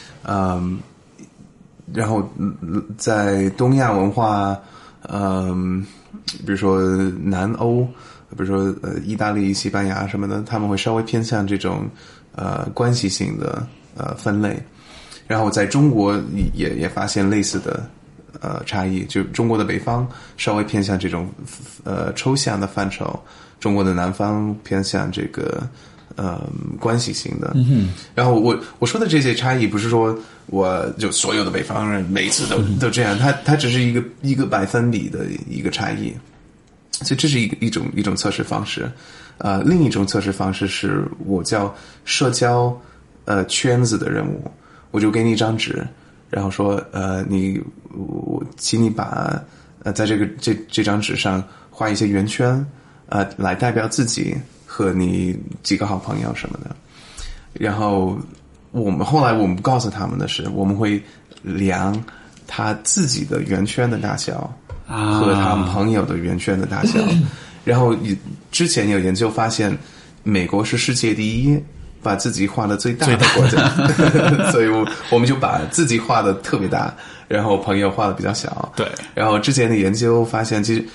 然后在东亚文化。比如说南欧，比如说意大利、西班牙什么的，他们会稍微偏向这种关系性的分类。然后在中国也发现类似的差异，就中国的北方稍微偏向这种抽象的范畴，中国的南方偏向这个关系性的。然后我说的这些差异不是说我就所有的北方人每次都这样，它只是一个百分比的一个差异，所以这是一种测试方式。另一种测试方式是我叫社交圈子的任务，我就给你一张纸，然后说我请你把在这张纸上画一些圆圈，来代表自己和你几个好朋友什么的。然后后来我们不告诉他们的是，我们会量他自己的圆圈的大小和他们朋友的圆圈的大小。然后之前有研究发现，美国是世界第一把自己画的最大的国家，所以我们就把自己画的特别大，然后朋友画的比较小。对。然后之前的研究发现，其实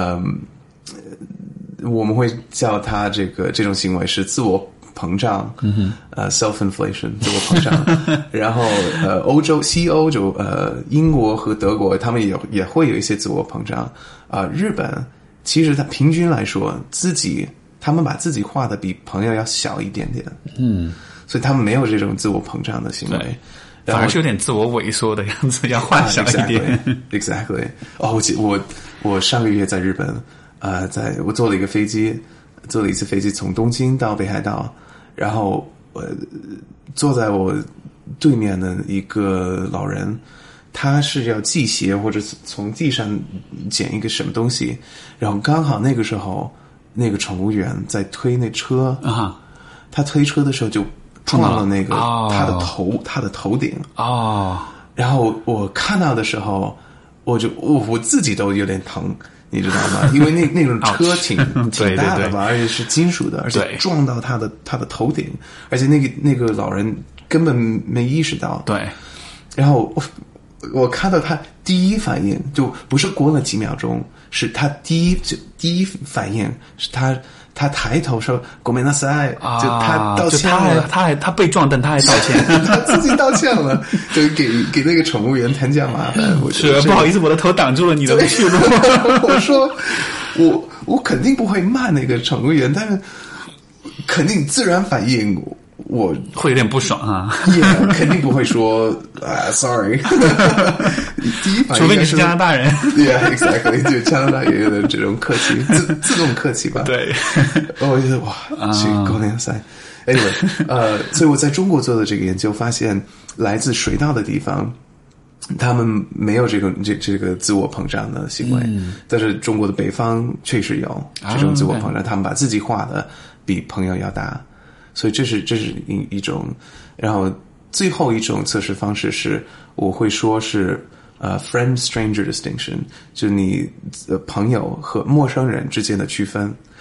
我们会叫他这种行为是自我膨胀，self-inflation， 自我膨胀。然后西欧就英国和德国，他们也会有一些自我膨胀。日本其实它平均来说，他们把自己画的比朋友要小一点点，所以他们没有这种自我膨胀的行为， 反而是有点自我萎缩的样子，要画小一点。 Exactly。我上个月在日本，我坐了一次飞机从东京到北海道，然后坐在我对面的一个老人，他是要系鞋或者从地上捡一个什么东西，然后刚好那个时候那个宠物员在推那车，他推车的时候就撞了那个他的头顶，然后我看到的时候，我自己都有点疼，你知道吗？因为那种车挺大的吧，而且是金属的，而且撞到他的头顶，而且那个老人根本没意识到。对，然后我看到他第一反应就不是过了几秒钟，是他第一反应是他抬头说“ごめんなさい”，就他道歉了， 他被撞，但他还道歉， 他自己道歉了，就给那个宠物员添加麻烦。 是不好意思，我的头挡住了你的去路。 我说我肯定不会骂那个宠物员，但是肯定自然反应我会有点不爽啊。 Yeah， 肯定不会说sorry。第一反应除非你是加拿大人。 Yeah， exactly， 就加拿大也有的这种客气，自动客气吧。对。我觉得哇，狗年赛。Anyway， 所以我在中国做的这个研究发现，来自水稻的地方，他们没有这个自我膨胀的行为，但是中国的北方确实有这种自我膨胀，他们把自己画的比朋友要大。所以这是一种，然后最后一种测试方式是，我会说是friend stranger distinction， 就你朋友和陌生人之间的区分。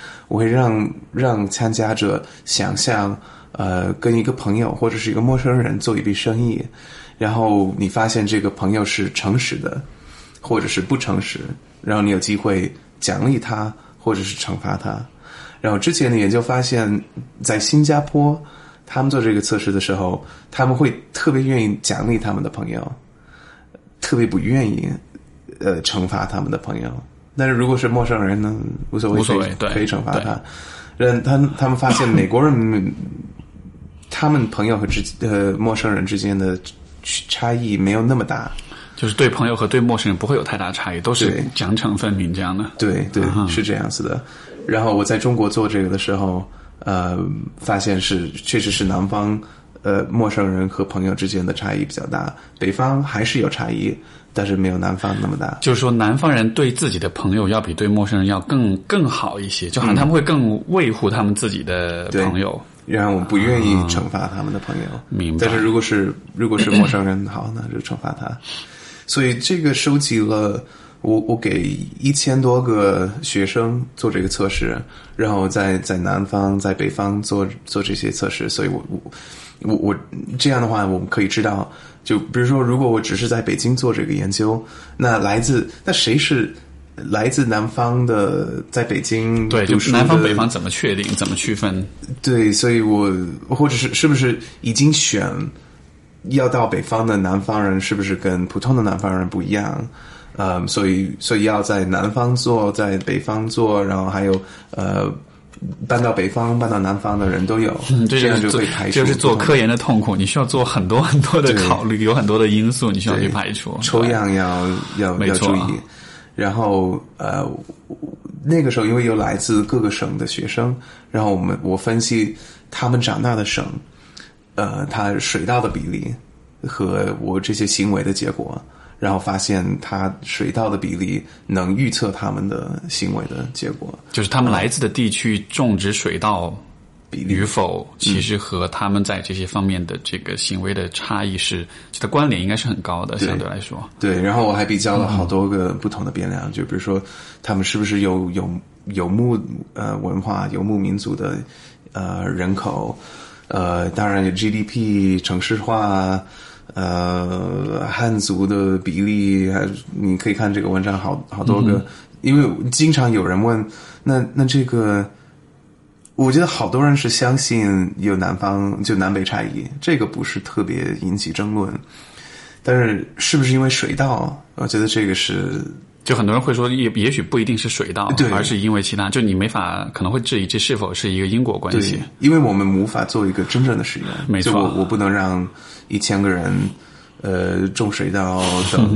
我会让参加者想象跟一个朋友或者是一个陌生人做一笔生意，然后你发现这个朋友是诚实的或者是不诚实，然后你有机会奖励他或者是惩罚他。然后之前的研究发现，在新加坡他们做这个测试的时候，他们会特别愿意奖励他们的朋友，特别不愿意惩罚他们的朋友。但是如果是陌生人呢，无所谓，可以惩罚他。他们发现美国人他们朋友和陌生人之间的差异没有那么大， 就是对朋友和对陌生人不会有太大差异，都是奖惩分明这样的。 对，是这样子的。然后我在中国做这个的时候，发现确实是南方陌生人和朋友之间的差异比较大，北方还是有差异，但是没有南方那么大。 就是说南方人对自己的朋友要比对陌生人要更好一些，就好像他们会更维护他们自己的朋友。 然后我们不愿意惩罚他们的朋友， 明白。 但是如果是陌生人，好，那就惩罚他。所以这个收集了，我给1000多个学生做这个测试，然后在南方在北方做这些测试。所以我这样的话，我们可以知道，就比如说，如果我只是在北京做这个研究，那谁是来自南方的，在北京对，就南方北方怎么确定，怎么区分？对， 所以或者是不是已经选要到北方的南方人，是不是跟普通的南方人不一样？所以要在南方做，在北方做，然后还有搬到北方、搬到南方的人都有，这样就会排除。 就是做科研的痛苦，你需要做很多很多的考虑，有很多的因素你需要去排除。 抽样要注意。然后那个时候因为有来自各个省的学生，然后我分析他们长大的省，他水稻的比例和我这些行为的结果。然后发现他水稻的比例能预测他们的行为的结果， 就是他们来自的地区种植水稻比例与否，其实和他们在这些方面的这个行为的差异这的关联应该是很高的，相对来说。 对，然后我还比较了好多个不同的变量，就比如说他们是不是有牧文化、游牧民族的人口，当然有 GDP、城市化。汉族的比例，你可以看这个文章好多个，因为经常有人问，那这个，我觉得好多人是相信有南北差异，这个不是特别引起争论，但是不是因为水稻？我觉得这个是。 就很多人会说，也许不一定是水稻，而是因为其他，就你没法可能会质疑这是否是一个因果关系。 因为我们无法做一个真正的实验， 没错， 就我不能让1000个人种水稻等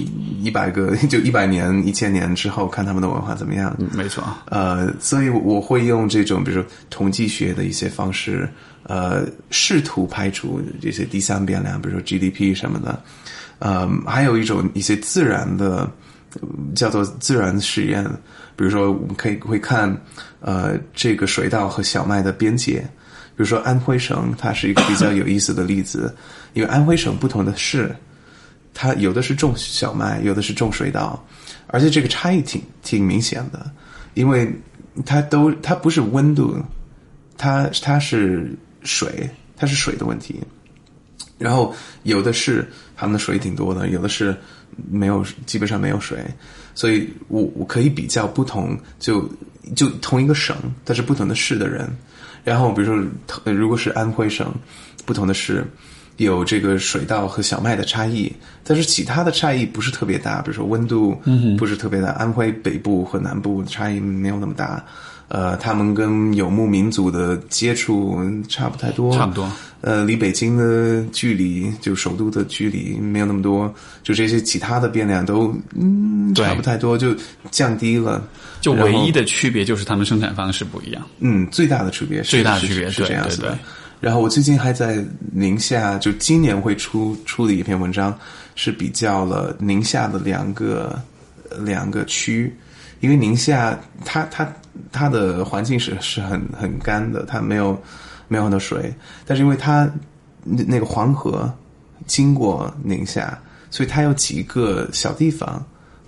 100年、1000年之后看他们的文化怎么样。 没错。 所以我会用这种比如说统计学的一些方式，试图排除这些第三变量，比如说 GDP 什么的。还有一些自然的。叫做自然实验，比如说我们会看这个水稻和小麦的边界，比如说安徽省，它是一个比较有意思的例子，因为安徽省不同的市，它有的是种小麦，有的是种水稻，而且这个差异挺明显的，因为它不是温度，它是水，它是水的问题。然后有的是他们的水挺多的，有的是基本上没有水，所以我可以比较不同，就同一个省但是不同的市的人，然后比如说如果是安徽省不同的市有这个水稻和小麦的差异，但是其他的差异不是特别大，比如说温度不是特别大，安徽北部和南部差异没有那么大，他们跟游牧民族的接触差不太多，离北京的距离，就首都的距离没有那么多，就这些其他的变量都差不太多，就降低了。 就唯一的区别就是他们生产方式不一样。 最大的区别是这样子的。 对。 然后我最近还在宁夏，就今年会出的一篇文章，是比较了宁夏的两个区，因为宁夏它的环境是很干的，它没有很多水，但是因为它那个黄河经过宁夏，所以它有几个小地方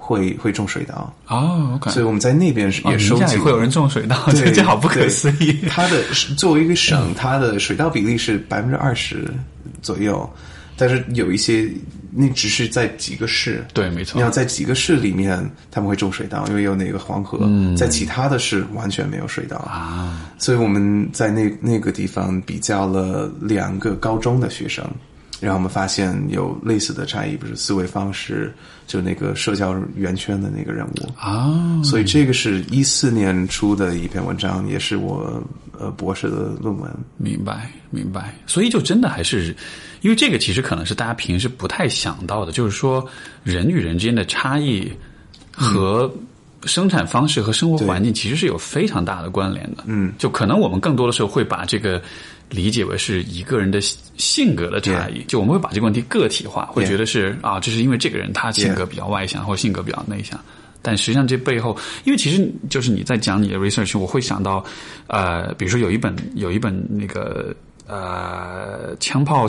会种水稻。 哦 ，OK， 所以我们在那边也收集， 也会有人种水稻， 对， 这好不可思议。 它的作为一个省，它的水稻比例是20%左右，但是有一些那只是在几个市， 对，没错。 你要在几个市里面他们会种水稻，因为有那个黄河，在其他的市完全没有水稻啊。所以我们在那个地方比较了2个高中的学生。然后我们发现有类似的差异，比如思维方式，就那个社交圆圈的那个人物啊，所以这个是14年出的一篇文章，也是我博士的论文。 明白。所以就真的还是，因为这个其实可能是大家平时不太想到的，就是说人与人之间的差异和生产方式和生活环境其实是有非常大的关联的。就可能我们更多的时候会把这个理解为是一个人的性格的差异，就我们会把这个问题个体化，会觉得是这是因为这个人他性格比较外向或者性格比较内向。但实际上这背后，因为其实就是你在讲你的 research， 我会想到比如说有一本那个枪炮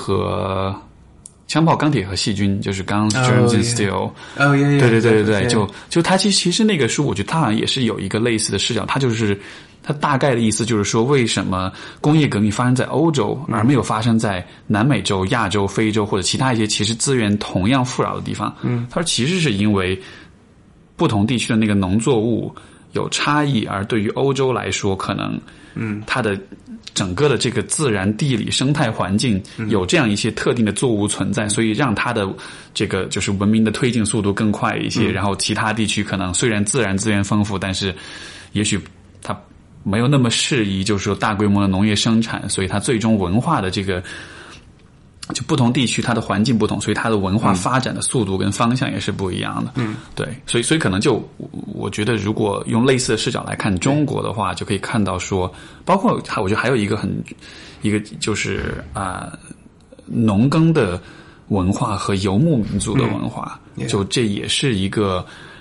钢铁和细菌，就是刚 Germs and Steel。对，就他其实那个书，我觉得他好像也是有一个类似的视角，他大概的意思就是说，为什么工业革命发生在欧洲，而没有发生在南美洲、亚洲、非洲或者其他一些其实资源同样富饶的地方？他说其实是因为不同地区的那个农作物有差异，而对于欧洲来说，可能它的整个的这个自然地理生态环境有这样一些特定的作物存在，所以让它的这个就是文明的推进速度更快一些。然后其他地区可能虽然自然资源丰富，但是也许它没有那么适宜，就是说大规模的农业生产，所以它最终文化的这个就不同地区它的环境不同，所以它的文化发展的速度跟方向也是不一样的。对，所以可能就我觉得如果用类似的视角来看中国的话，就可以看到说，包括我觉得还有一个就是农耕的文化和游牧民族的文化，就这也是一个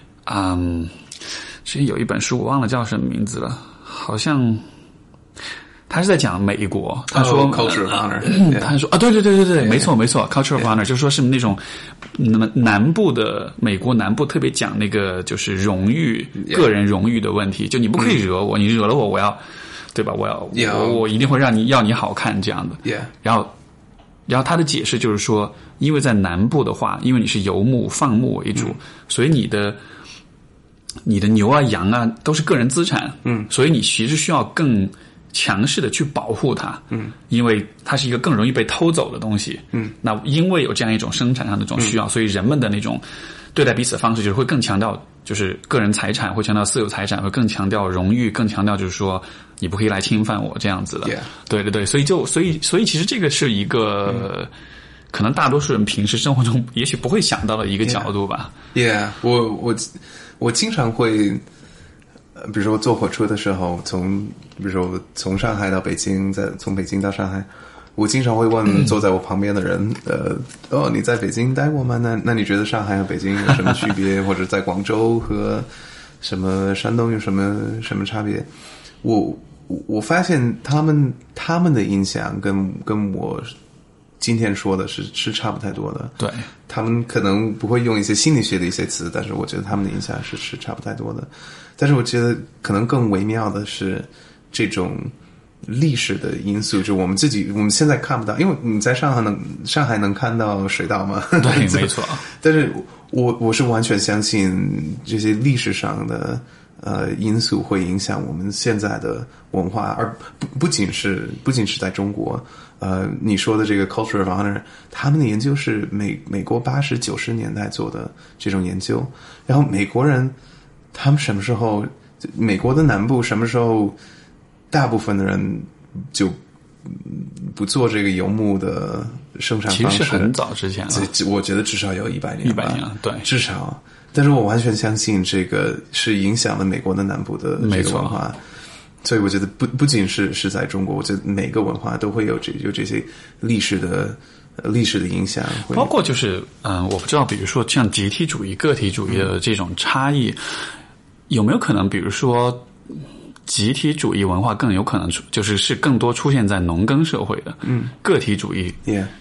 之前有一本书我忘了叫什么名字了，好像他是在讲美国，他说 culture of honor， 他说对，没错 culture of honor， 就是说是那种南部的美国南部特别讲那个就是荣誉，个人荣誉的问题，就你不可以惹我，你惹了我要对吧？我一定会要你好看这样的。然后他的解释就是说，因为在南部的话，因为你是游牧放牧为主，所以你的牛啊羊啊都是个人资产，所以你其实需要更强势的去保护它，因为它是一个更容易被偷走的东西，那因为有这样一种生产上的一种需要，所以人们的那种对待彼此的方式就是会更强调就是个人财产，会强调私有财产，会更强调荣誉，更强调就是说你不可以来侵犯我这样子的。对，所以其实这个是一个可能大多数人平时生活中也许不会想到的一个角度吧。 我经常会比如说坐火车的时候，比如说从上海到北京，再从北京到上海，我经常会问坐在我旁边的人，你在北京待过吗？那你觉得上海和北京有什么区别？或者在广州和什么山东有什么差别？我发现他们的印象跟我今天说的是差不太多的。对，他们可能不会用一些心理学的一些词，但是我觉得他们的印象是差不太多的。但是我觉得可能更微妙的是这种历史的因素，就我们现在看不到，因为你在上海能看到水稻吗？ 对，没错。 但是我是完全相信这些历史上的因素会影响我们现在的文化，而不仅是在中国。你说的这个 culture of honor， 他们的研究是美国80、90年代做的这种研究，然后美国人他们什么时候，美国的南部什么时候，大部分的人就不做这个游牧的生产方式？ 其实很早之前了， 我觉得至少有100年吧。 100年了，对， 至少。但是我完全相信这个是影响了美国的南部的这个文化。所以我觉得不仅是在中国，我觉得每个文化都会有这些历史的影响， 包括就是我不知道，比如说像集体主义、个体主义的这种差异，有没有可能，比如说集体主义文化更有可能是更多出现在农耕社会的，个体主义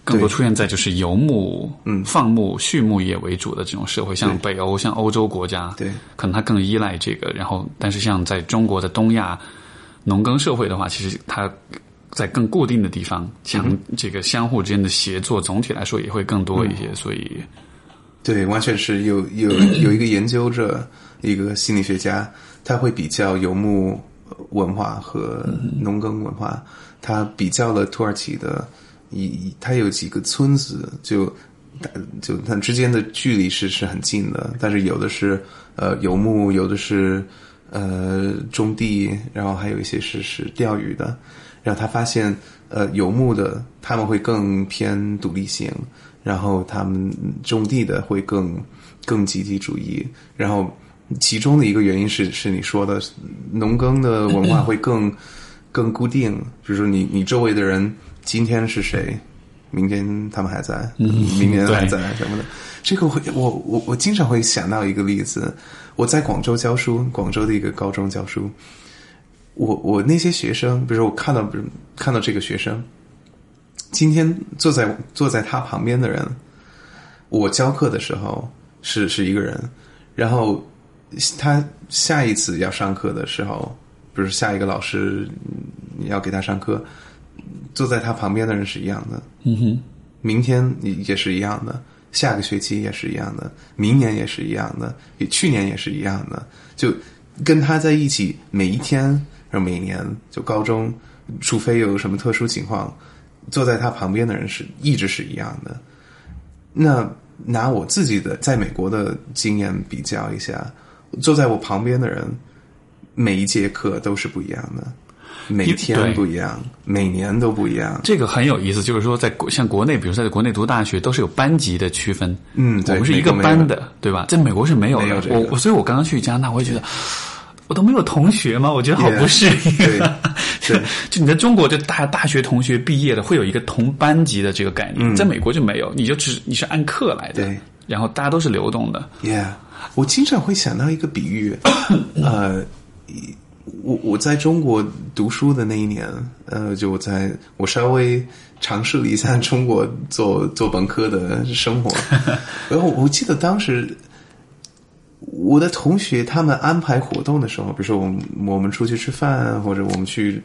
更多出现在就是游牧、放牧、畜牧业为主的这种社会，像北欧、像欧洲国家， 对， 可能它更依赖这个。然后，但是像在中国的东亚农耕社会的话，其实它在更固定的地方，这个相互之间的协作，总体来说也会更多一些。所以， 对，完全是有一个研究者，一个心理学家，他会比较游牧文化和农耕文化，他比较了土耳其的，他有几个村子，就它之间的距离是很近的，但是有的是游牧，有的是种地，然后还有一些是钓鱼的。然后他发现游牧的他们会更偏独立性，然后他们种地的会更集体主义，然后其中的一个原因是你说的农耕的文化会更固定，比如说你周围的人今天是谁，明天他们还在，明年还在什么的。这个我经常会想到一个例子，我在广州教书，广州的一个高中教书，我那些学生，比如说我看到这个学生，今天坐在他旁边的人，我教课的时候是一个人，然后他下一次要上课的时候，比如下一个老师你要给他上课，坐在他旁边的人是一样的，明天也是一样的，下个学期也是一样的，明年也是一样的，去年也是一样的，就跟他在一起，每一天然后每年，就高中，除非有什么特殊情况，坐在他旁边的人一直是一样的。那拿我自己的在美国的经验比较一下，坐在我旁边的人，每一节课都是不一样的，每天不一样，每年都不一样。 这个很有意思，就是说像国内，比如在国内读大学都是有班级的区分，我们是一个班的，对吧？在美国是没有的。所以我刚刚去加拿大，我会觉得我都没有同学吗？我觉得好不适应。就你在中国，就大学同学毕业了，会有一个同班级的这个概念，在美国就没有，你是按课来的，对，然后大家都是流动的。 我经常会想到一个比喻，我在中国读书的那一年，就我稍微尝试了一下中国做本科的生活，然后我记得当时我的同学他们安排活动的时候，比如说我们出去吃饭，或者我们去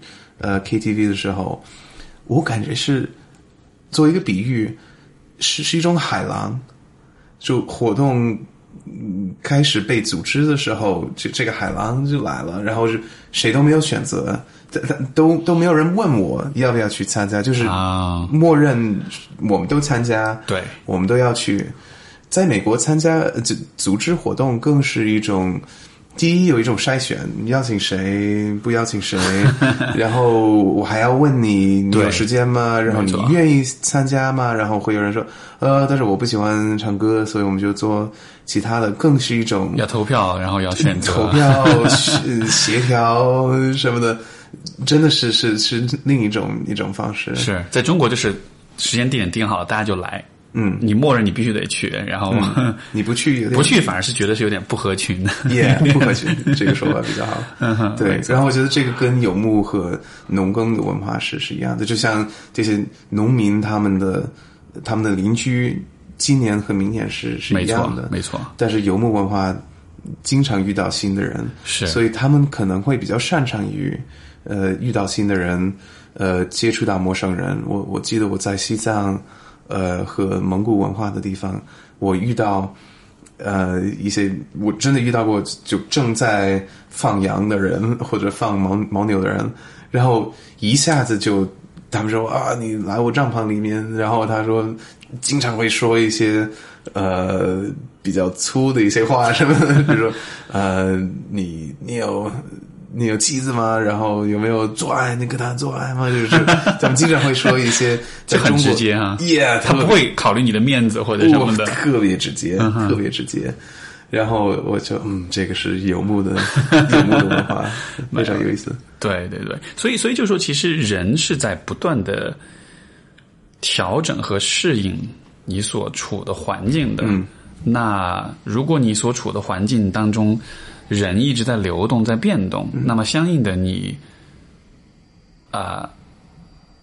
KTV 的时候，我感觉是做一个比喻，是一种海浪，就活动开始被组织的时候，这个海浪就来了，然后谁都没有选择，都没有人问我要不要去参加，就是默认我们都参加， 对， 我们都要去。在美国参加组织活动更是一种，第一有一种筛选，邀请谁不邀请谁，然后我还要问你有时间吗？然后你愿意参加吗？然后会有人说但是我不喜欢唱歌，所以我们就做其他的，更是一种要投票，然后要选择投票协调什么的，真的是另一种方式。 是在中国就是时间地点定好了，大家就来。你默认你必须得去，然后你不去反而是觉得是有点不合群的。 不合群，这个说法比较好。对，然后我觉得这个跟游牧和农耕的文化是一样的，就像这些农民他们的邻居今年和明年是一样的， 没错。 但是游牧文化经常遇到新的人，所以他们可能会比较擅长于遇到新的人，接触到陌生人。我记得我在西藏和蒙古文化的地方，我遇到一些我真的遇到过就正在放羊的人或者放牦牛的人，然后一下子就他们说你来我帐篷里面，然后他说经常会说一些比较粗的一些话什么的，比如说你有妻子吗？然后有没有做爱？你跟他做爱吗？就是他们经常会说一些在中国， 很直接啊。他不会考虑你的面子或者什么的， 特别直接，特别直接。然后我就这个是游牧的文化，非常有意思。 对，所以就是说，其实人是在不断的调整和适应你所处的环境的。那如果你所处的环境当中，人一直在流动，在变动，那么相应的你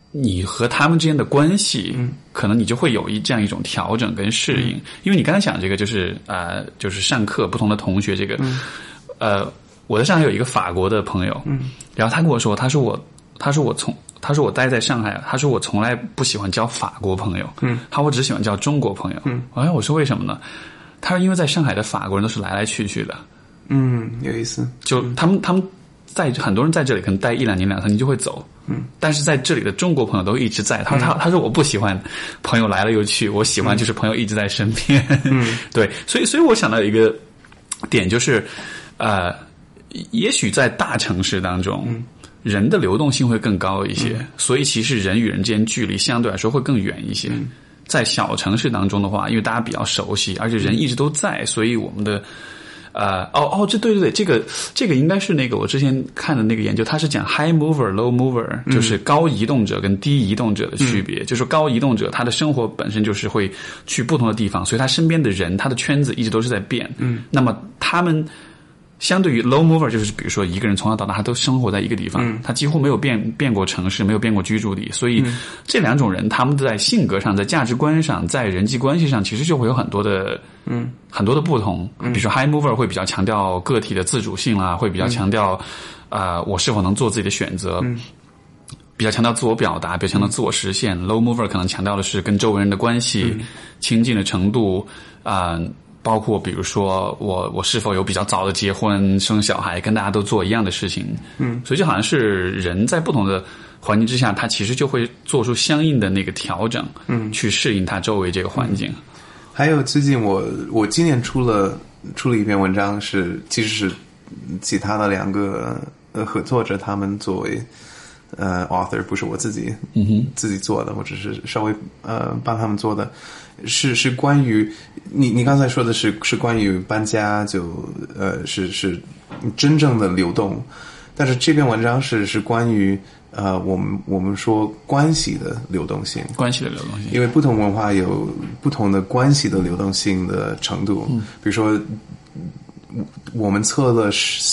你和他们之间的关系，可能你就会有这样一种调整跟适应。因为你刚才讲这个就是就是上课不同的同学这个，我在上海有一个法国的朋友，然后他跟我说，他说我待在上海，他说我从来不喜欢交法国朋友，我只喜欢交中国朋友。我说为什么呢？他说因为在上海的法国人都是来来去去的， 有意思。 就他们在很多人在这里可能待1-2年2-3年就会走，但是在这里的中国朋友都一直在。他说我不喜欢朋友来了又去，我喜欢就是朋友一直在身边。对，所以我想到一个点就是也许在大城市当中，人的流动性会更高一些，所以其实人与人之间距离相对来说会更远一些。在小城市当中的话，因为大家比较熟悉，而且人一直都在，所以我们的对，这个应该是那个我之前看的那个研究，它是讲 high mover low mover，就是高移动者跟低移动者的区别。就是高移动者他的生活本身就是会去不同的地方，所以他身边的人他的圈子一直都是在变。那么他们相对于 low mover， 就是比如说一个人从小到大他都生活在一个地方，他几乎没有变过城市，没有变过居住地，所以这两种人他们在性格上，在价值观上，在人际关系上其实就会有很多的不同。比如说 high mover 会比较强调个体的自主性啦，会比较强调我是否能做自己的选择，比较强调自我表达，比较强调自我实现。low mover 可能强调的是跟周围人的关系亲近的程度包括比如说我是否有比较早的结婚生小孩，跟大家都做一样的事情。所以就好像是人在不同的环境之下，他其实就会做出相应的那个调整，去适应他周围这个环境。 还有最近我今年出了一篇文章，其实是其他的2个合作者他们作为author， 不是我自己做的，我只是稍微帮他们做的，是关于你刚才说的是关于搬家，是真正的流动，但是这篇文章是关于我们说关系的流动性，因为不同文化有不同的关系的流动性的程度。比如说我们测了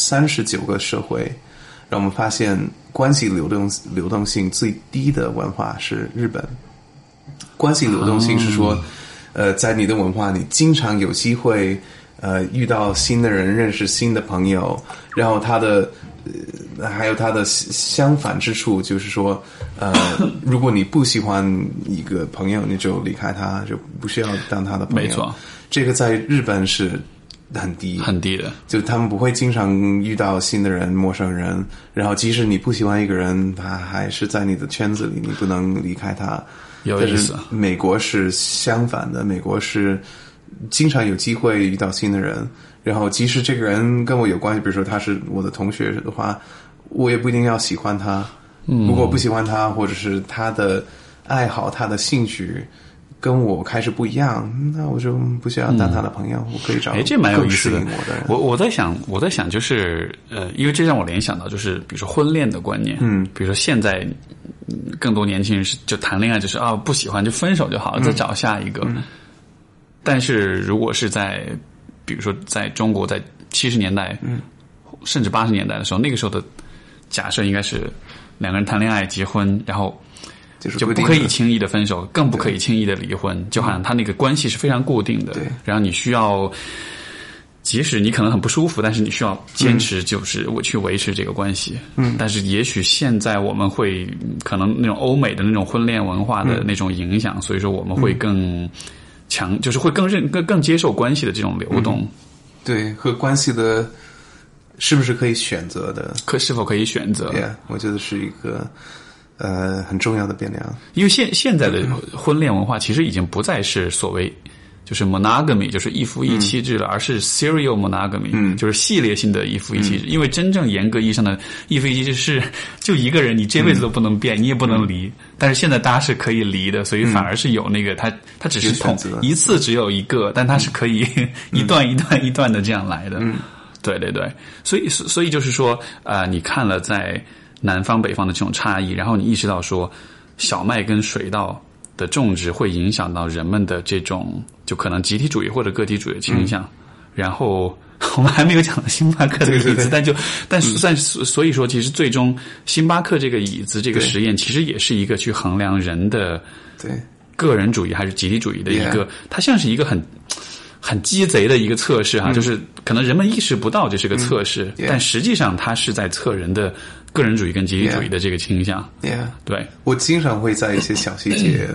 39个社会，让我们发现关系流动性最低的文化是日本。关系流动性是说在你的文化你经常有机会遇到新的人，认识新的朋友，然后还有它的相反之处，就是说如果你不喜欢一个朋友，你就离开他，就不需要当他的朋友。没错，这个在日本是很低的，就他们不会经常遇到新的人，陌生人，然后即使你不喜欢一个人，他还是在你的圈子里，你不能离开他。有意思。但是美国是相反的，美国是经常有机会遇到新的人，然后即使这个人跟我有关系，比如说他是我的同学的话，我也不一定要喜欢他。如果不喜欢他，或者是他的爱好、他的兴趣跟我开始不一样，那我就不需要当他的朋友，我可以找这蛮有意思的。我在想就是因为这让我联想到就是比如说婚恋的观念，比如说现在更多年轻人就谈恋爱就是不喜欢就分手就好了，再找下一个。但是如果是比如说在中国在70年代甚至80年代的时候，那个时候的假设应该是2个人谈恋爱结婚，然后就不可以轻易的分手，更不可以轻易的离婚，就好像他那个关系是非常固定的。然后你需要即使你可能很不舒服，但是你需要坚持，就是我去维持这个关系。但是也许现在我们会可能那种欧美的那种婚恋文化的那种影响，所以说我们会更强，就是会更接受关系的这种流动。 对，和关系的是不是可以选择的， 是否可以选择？ 我觉得是一个很重要的变量。 因为现在的婚恋文化其实已经不再是所谓就是 monogamy 就是一夫一妻制了，而是 serial monogamy 就是系列性的一夫一妻制。因为真正严格意义上的一夫一妻制是就一个人，你这辈子都不能变，你也不能离。但是现在大家是可以离的，所以反而是有那个它只是一次只有一个，但它是可以一段一段一段的这样来的。对对对，所以就是说你看了在南方北方的这种差异，然后你意识到说小麦跟水稻的种植会影响到人们的这种就可能集体主义或者个体主义的倾向，然后我们还没有讲到星巴克这个椅子， 对对对但算所以说，其实最终星巴克这个椅子这个实验，其实也是一个去衡量人的对个人主义还是集体主义的一个，它像是一个很鸡贼的一个测试哈，就是可能人们意识不到这是个测试，但实际上它是在测人的个人主义跟集体主义的这个倾向。对， 我经常会在一些小细节，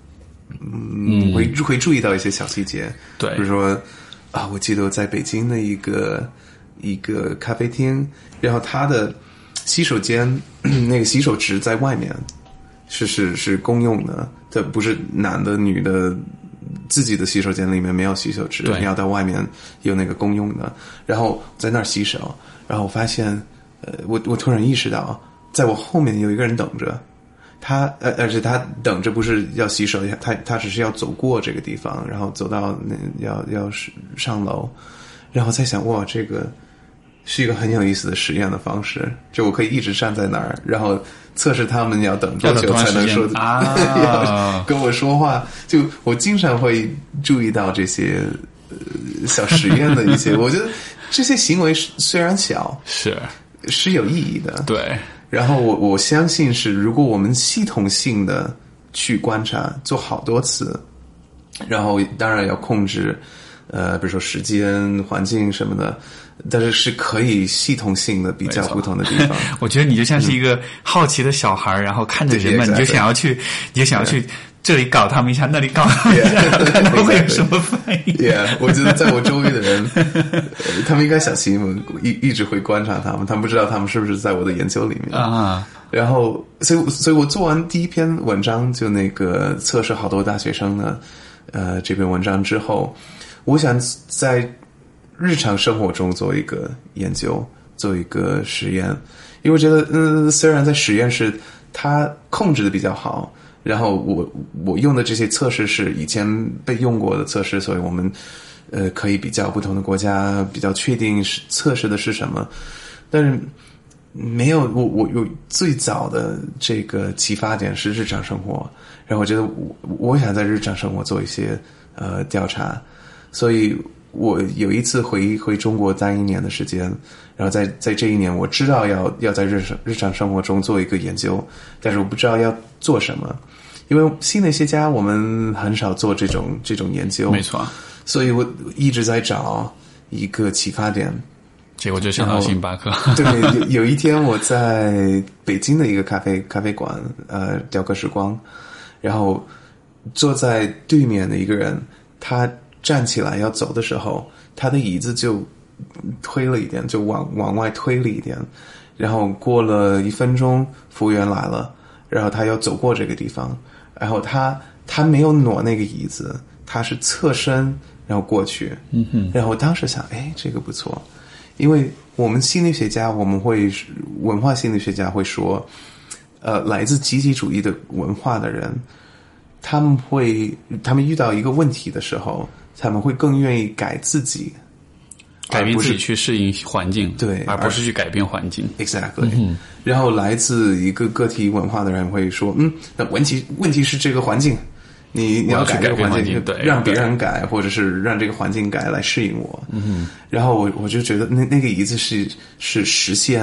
会注意到一些小细节， 对， 比如说我记得我在北京的一个咖啡厅，然后它的洗手间那个洗手池在外面，是公用的，这不是男的女的。自己的洗手间里面没有洗手池，你要到外面有那个公用的，然后在那儿洗手，然后我发现，我突然意识到，在我后面有一个人等着，他而且他等着不是要洗手，他只是要走过这个地方，然后走到要上楼，然后在想哇，这个是一个很有意思的实验的方式，就我可以一直站在那儿，然后测试他们要等多久才能说要跟我说话。就我经常会注意到这些小实验的一些，我觉得这些行为虽然小，是有意义的。 对。然后我相信是，如果我们系统性的去观察，做好多次，然后当然要控制，比如说时间、环境什么的。但是可以系统性的比较不同的地方。 我觉得你就像是一个好奇的小孩，然后看着人们，你就想要去这里搞他们一下，那里搞他们一下，看他们会有什么反应。 我觉得在我周围的人，他们应该小心，我一直会观察他们，他们不知道他们是不是在我的研究里面啊。然后，所以我做完第一篇文章，就那个测试好多大学生的这篇文章之后，我想在日常生活中做一个研究，做一个实验，因为我觉得，虽然在实验室它控制的比较好，然后我用的这些测试是以前被用过的测试，所以我们可以比较不同的国家，比较确定测试的是什么，但是没有我有最早的这个启发点是日常生活，然后我觉得我想在日常生活做一些调查，所以。我有一次回中国待1年的时间，然后在这1年我知道要在日常生活中做一个研究，但是我不知道要做什么，因为心理学家我们很少做这种研究， 没错， 所以我一直在找一个启发点， 结果就想到星巴克。 对，有一天我在北京的一个咖啡馆雕刻时光，然后坐在对面的一个人，他站起来要走的时候，他的椅子就推了一点，就往外推了一点，然后过了1分钟，服务员来了，然后他要走过这个地方，然后他没有挪那个椅子，他是侧身然后过去，然后我当时想，这个不错，因为我们心理学家，文化心理学家会说，来自集体主义的文化的人，他们遇到一个问题的时候。他们会更愿意改自己， 改变自己去适应环境， 对， 而不是去改变环境。 Exactly。然后来自一个个体文化的人会说，那问题是这个环境，你要改这个环境，让别人改，或者是让这个环境改来适应我。然后我就觉得那个椅子是实现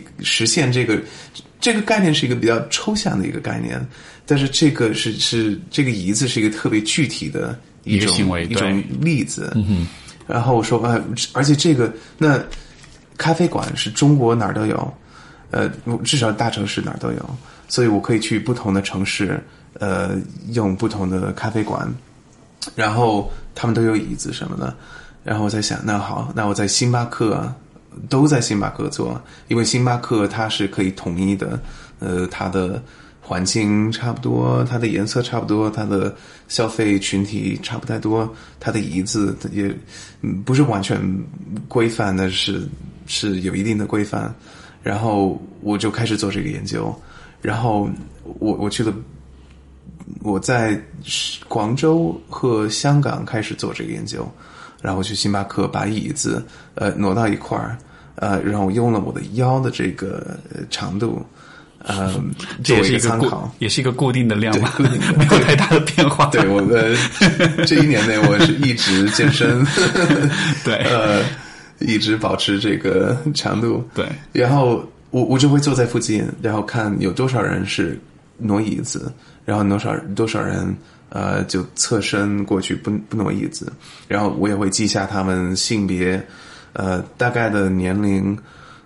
这个概念是一个比较抽象的一个概念，但是这个这个椅子是一个特别具体的。一种行为，一种例子。然后我说而且那咖啡馆是中国哪儿都有，至少大城市哪儿都有，所以我可以去不同的城市，用不同的咖啡馆，然后他们都有椅子什么的。然后我在想，那好，那我在星巴克都在星巴克做，因为星巴克它是可以统一的，它的。环境差不多，它的颜色差不多，它的消费群体差不太多，它的椅子也不是完全规范，但是有一定的规范。然后我就开始做这个研究，然后我去了，我在广州和香港开始做这个研究，然后去星巴克把椅子挪到一块儿，然后用了我的腰的这个长度。 这也是一个参考，也是一个固定的量嘛，没有太大的变化。 对，我这1年内我是一直健身。 对， 一直保持这个长度。 对， 然后我就会坐在附近，然后看有多少人是挪椅子，然后多少人就侧身过去不挪椅子，然后我也会记下他们性别，大概的年龄，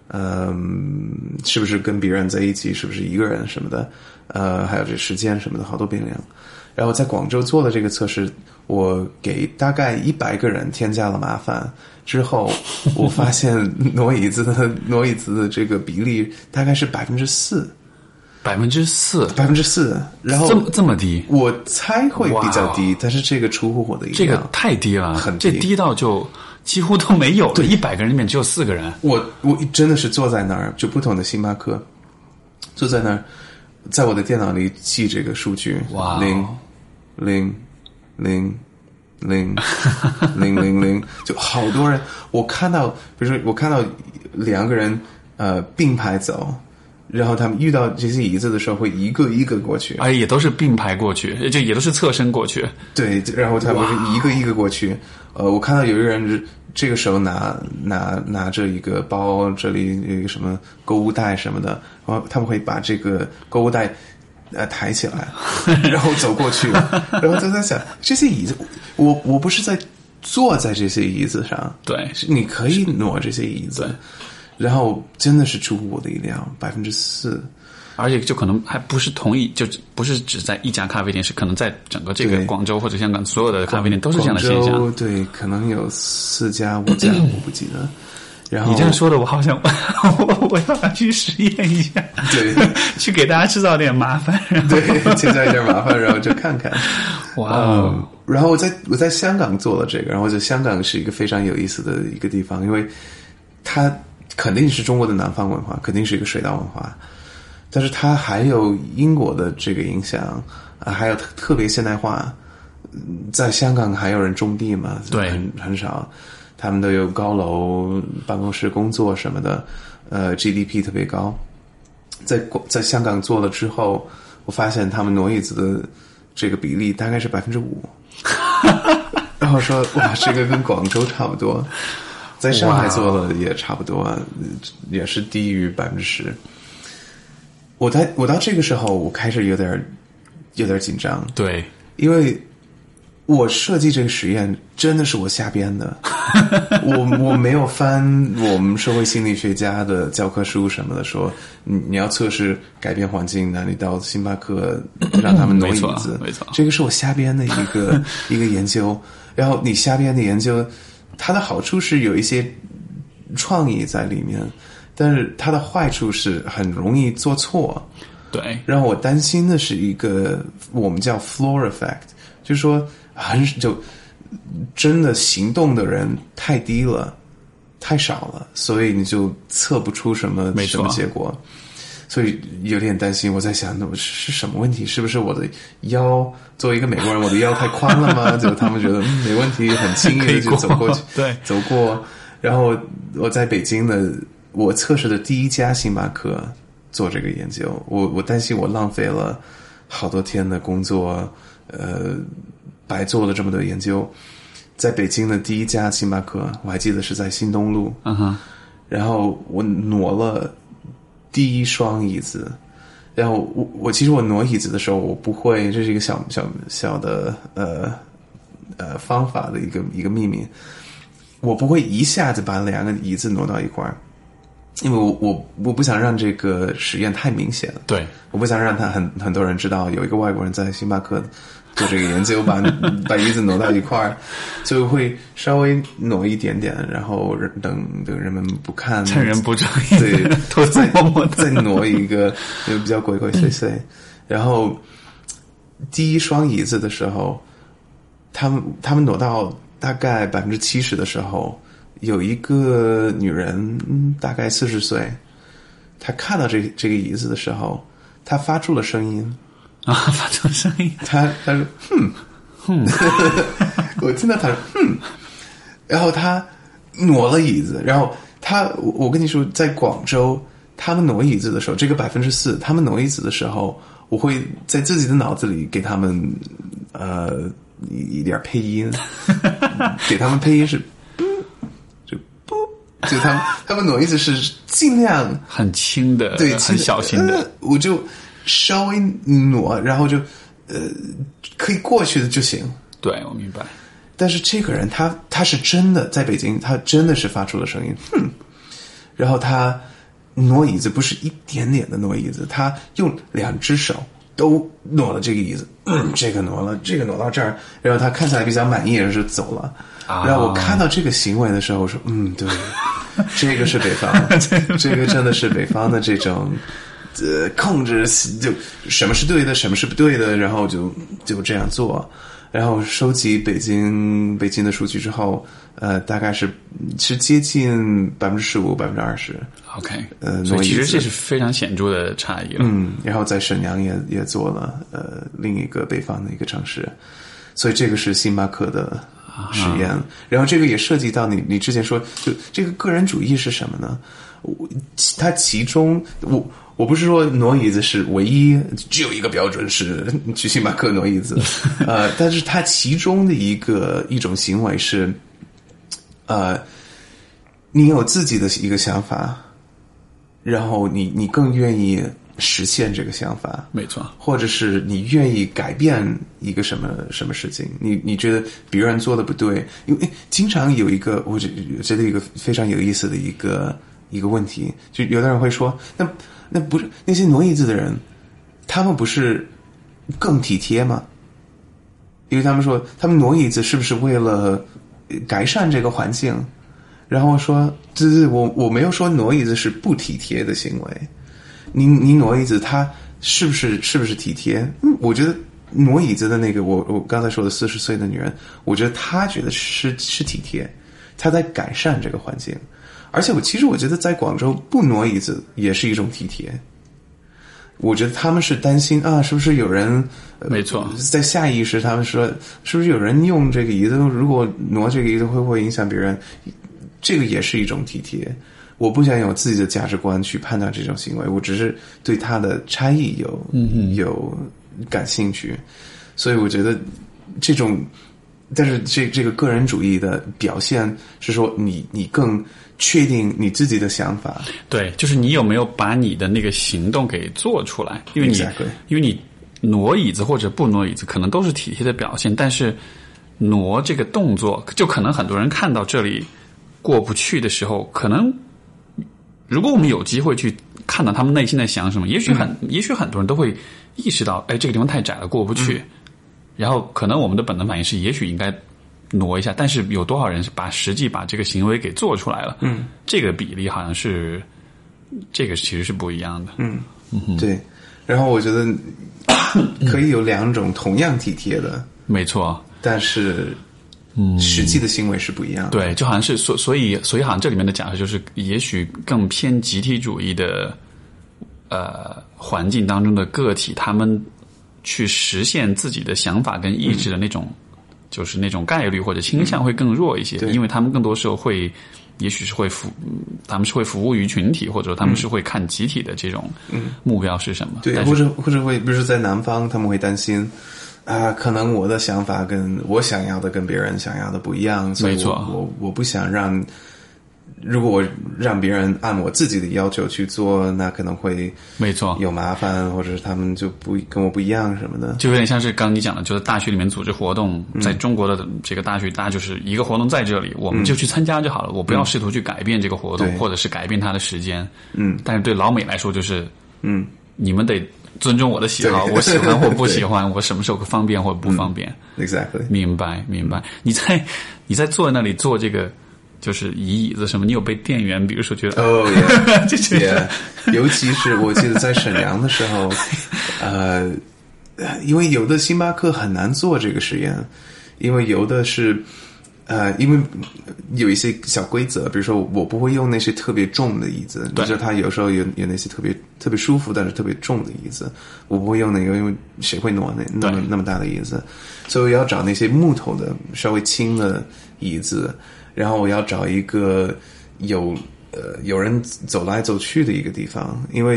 是不是跟别人在一起，是不是一个人什么的，还有这时间什么的，好多变量。然后在广州做了这个测试，我给大概100个人添加了麻烦之后，我发现挪椅子的这个比例大概是4%。4%，然后这么低， 我猜会比较低，但是这个出乎我的意料， 这个太低了， 很低， 这低到就几乎都没有了，100个人里面只有4个人。 我真的是坐在那儿，就不同的星巴克，坐在那儿，在我的电脑里记这个数据， 哇 0000000，就好多人。我看到，比如说我看到2个人并排走。然后他们遇到这些椅子的时候，会一个一个过去， 也都是并排过去，就也都是侧身过去。 对，然后他们是一个一个过去。我看到有一个人这个时候拿着一个包，这里有一个什么购物袋什么的，然后他们会把这个购物袋抬起来，然后走过去，然后就在想这些椅子，我不是在坐在这些椅子上， 对， 你可以挪这些椅子。然后真的是出乎我的意料，4%， 而且就可能还不是就不是只在一家咖啡店，是可能在整个这个广州或者香港所有的咖啡店都是这样的现象。 对，可能有4家5家，我不记得。然后你这样说的，我好像我要去实验一下， 对， 去给大家制造点麻烦， 对，制造一点麻烦，然后就看看。 哇然后我在香港做了这个，然后我觉得香港是一个非常有意思的一个地方，因为它肯定是中国的南方文化，肯定是一个水稻文化，但是它还有英国的这个影响，还有特别现代化。在香港还有人种地嘛？ 对， 很少，他们都有高楼、办公室工作什么的，GDP 特别高。在香港做了之后，我发现他们挪椅子的这个比例大概是5%，然后说哇，这个跟广州差不多。在上海做了也差不多，也是低于10%。我到这个时候，我开始有点紧张。 对， 因为我设计这个实验真的是我瞎编的，我没有翻我们社会心理学家的教科书什么的，说你要测试改变环境，那你到星巴克让他们挪椅子， 没错， 这个是我瞎编的一个研究。然后你瞎编的研究。它的好处是有一些创意在里面，但是它的坏处是很容易做错。 对， 让我担心的是一个我们叫 floor effect， 就是说就真的行动的人太低了，太少了，所以你就测不出什么结果。所以有点担心，我在想，那是什么问题？是不是我的腰作为一个美国人，我的腰太宽了吗？就他们觉得没问题，很轻易的就走过去， 对， 走过。然后我在北京的我测试的第一家星巴克做这个研究，我担心我浪费了好多天的工作，白做了这么多研究。在北京的第一家星巴克，我还记得是在新东路，然后我挪了第一双椅子，然后我其实我挪椅子的时候，我不会，这是一个小的方法的一个秘密，我不会一下子把2个椅子挪到一块儿，因为我不想让这个实验太明显了， 对， 我不想让他很多人知道有一个外国人在星巴克做这个研究，把椅子挪到一块儿，就会稍微挪一点点，然后等人们不看， 趁人不注意， 对， 偷偷摸摸的再挪一个就比较鬼鬼祟祟。然后第一双椅子的时候，他们挪到大概70%的时候，有一个女人，大概40岁，她看到这个椅子的时候，她发出了声音。 发出声音， 他说我听到他说然后他挪了椅子，然后我跟你说，在广州他们挪椅子的时候，这个4%，他们挪椅子的时候，我会在自己的脑子里给他们一点配音，给他们配音是就不就他们挪椅子是尽量很轻的， 对， 很小心的， 我就稍微挪，然后就可以过去的就行。 对，我明白。 但是这个人他是真的在北京，他真的是发出了声音，然后他挪椅子不是一点点的挪椅子，他用2只手都挪了这个椅子，这个挪了，这个挪到这儿，然后他看起来比较满意，然后就走了。然后我看到这个行为的时候，我说，对，这个是北方，这个真的是北方的这种。控制就什么是对的，什么是不对的，然后就这样做，然后收集北京的数据之后，大概是接近15%、20%。 OK， 所以其实这是非常显著的差异了。 然后在沈阳也做了另一个北方的一个城市，所以这个是星巴克的实验。然后这个也涉及到你之前说，就这个个人主义是什么呢？它其中我不是说挪椅子是唯一只有一个标准是去星巴克挪椅子，但是它其中的一种行为是，你有自己的一个想法，然后你更愿意实现这个想法， 没错， 或者是你愿意改变一个什么事情，你觉得别人做的不对，因为经常有一个我觉得一个非常有意思的一个问题，就有的人会说，那不是那些挪椅子的人，他们不是更体贴吗？因为他们说他们挪椅子是不是为了改善这个环境？然后说，我没有说挪椅子是不体贴的行为，你挪椅子它是不是体贴？我觉得挪椅子的那个我刚才说的40岁的女人，我觉得她觉得是体贴，她在改善这个环境。而且其实我觉得在广州不挪椅子也是一种体贴。我觉得他们是担心是不是有人没错， 在下意识他们说是不是有人用这个椅子，如果挪这个椅子会不会影响别人，这个也是一种体贴。我不想有自己的价值观去判断这种行为，我只是对他的差异有感兴趣。所以我觉得这种，但是这个个人主义的表现是说你更确定你自己的想法。 对，就是你有没有把你的那个行动给做出来，因为你挪椅子或者不挪椅子可能都是体贴的表现，但是挪这个动作，就可能很多人看到这里过不去的时候，可能如果我们有机会去看到他们内心在想什么，也许很多人都会意识到，这个地方太窄了，过不去。然后可能我们的本能反应是，也许应该挪一下，但是有多少人是实际把这个行为给做出来了？这个比例好像是，这个其实是不一样的。 对。然后我觉得可以有2种同样体贴的， 没错， 但是实际的行为是不一样的。 对，就好像是所以好像这里面的假设就是，也许更偏集体主义的环境当中的个体，他们去实现自己的想法跟意志的那种。就是那种概率或者倾向会更弱一些，因为他们更多时候也许是他们是会服务于群体，或者说他们是会看集体的这种目标是什么。 对，或者会，比如说在南方，他们会担心可能我的想法跟我想要的跟别人想要的不一样，所以我不想如果我让别人按我自己的要求去做，那可能会没错有麻烦，或者是他们就跟我不一样什么的。 就有点像是刚你讲的，就是大学里面组织活动，在中国的这个大学，大家就是一个活动在这里，我们就去参加就好了，我不要试图去改变这个活动，或者是改变它的时间。但是对老美来说就是你们得尊重我的喜好，我喜欢或不喜欢，我什么时候方便或不方便。 Exactly， 明白。你在坐在那里做这个。就是移椅子什么，你有被店员比如说觉得 yeah 尤其是我记得在沈阳的时候因为有的星巴克很难做这个实验，因为有的是因为有一些小规则，比如说我不会用那些特别重的椅子，你知道它有时候有那些特别舒服但是特别重的椅子，我不会用那个，因为谁会挪那么大的椅子，所以我要找那些木头的稍微轻的椅子，然后我要找一个有人走来走去的一个地方，因为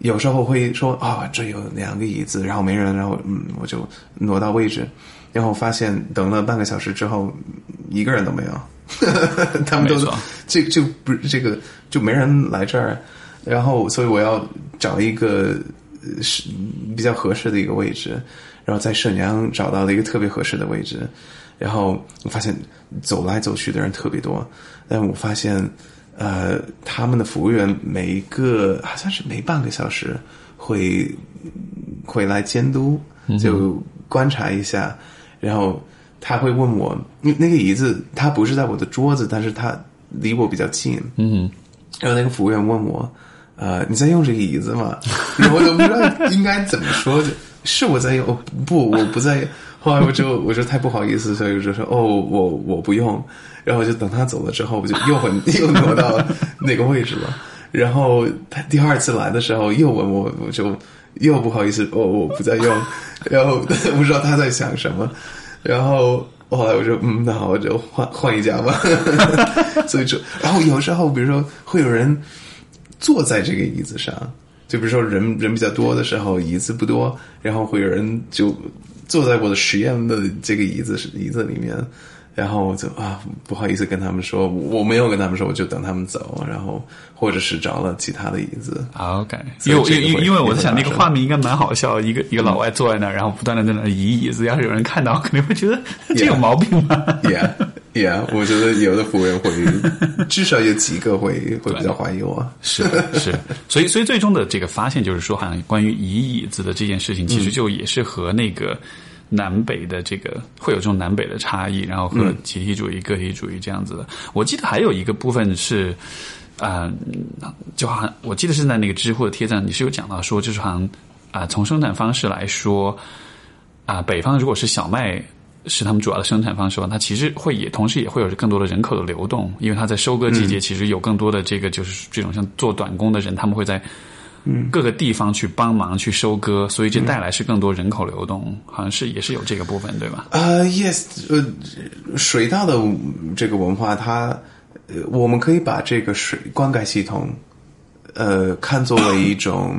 有时候会说这有2个椅子，然后没人，然后我就挪到位置，然后发现等了半个小时之后一个人都没有他们都就不是这个就没人来这儿，然后所以我要找一个比较合适的一个位置，然后在沈阳找到了一个特别合适的位置，然后我发现走来走去的人特别多，但我发现他们的服务员好像是每半个小时会来监督，就观察一下，然后他会问我那个椅子它不是在我的桌子，但是它离我比较近，然后那个服务员问我你在用这个椅子吗？我都不知道应该怎么说，是我在用，不，我不在。后来我就太不好意思，所以我就说我不用。然后就等他走了之后，我就又挪到那个位置了。然后他第2次来的时候又问我，我就又不好意思，我不再用。然后不知道他在想什么。然后后来我就那好，我就换一家吧。所以然后有时候比如说会有人坐在这个椅子上，就比如说人比较多的时候，椅子不多，然后会有人就坐在我的实验的这个椅子里面，然后我就不好意思跟他们说，我没有跟他们说，我就等他们走，然后或者是找了其他的椅子。 OK， 因为我在想那个画面应该蛮好笑，一个老外坐在那儿，然后不断的在那儿移椅子，要是有人看到，肯定会觉得这有毛病吗 ？Yeah， 我觉得有的服务员会，至少有几个会比较怀疑我。 是，所以最终的这个发现就是说，好像关于移椅子的这件事情，其实就也是和那个南北的这个会有这种南北的差异，然后和集体主义、个体主义这样子的。我记得还有一个部分是，就好像我记得是在那个知乎的贴站，你是有讲到说，就是好像从生产方式来说，北方如果是小麦是他们主要的生产方式吧，它其实同时也会有更多的人口的流动，因为它在收割季节其实有更多的这个就是这种像做短工的人，他们会在各个地方去帮忙去收割，所以这带来是更多人口流动，好像也是有这个部分，对吧 ？Yes， 水稻的这个文化，我们可以把这个灌溉系统，看作为一种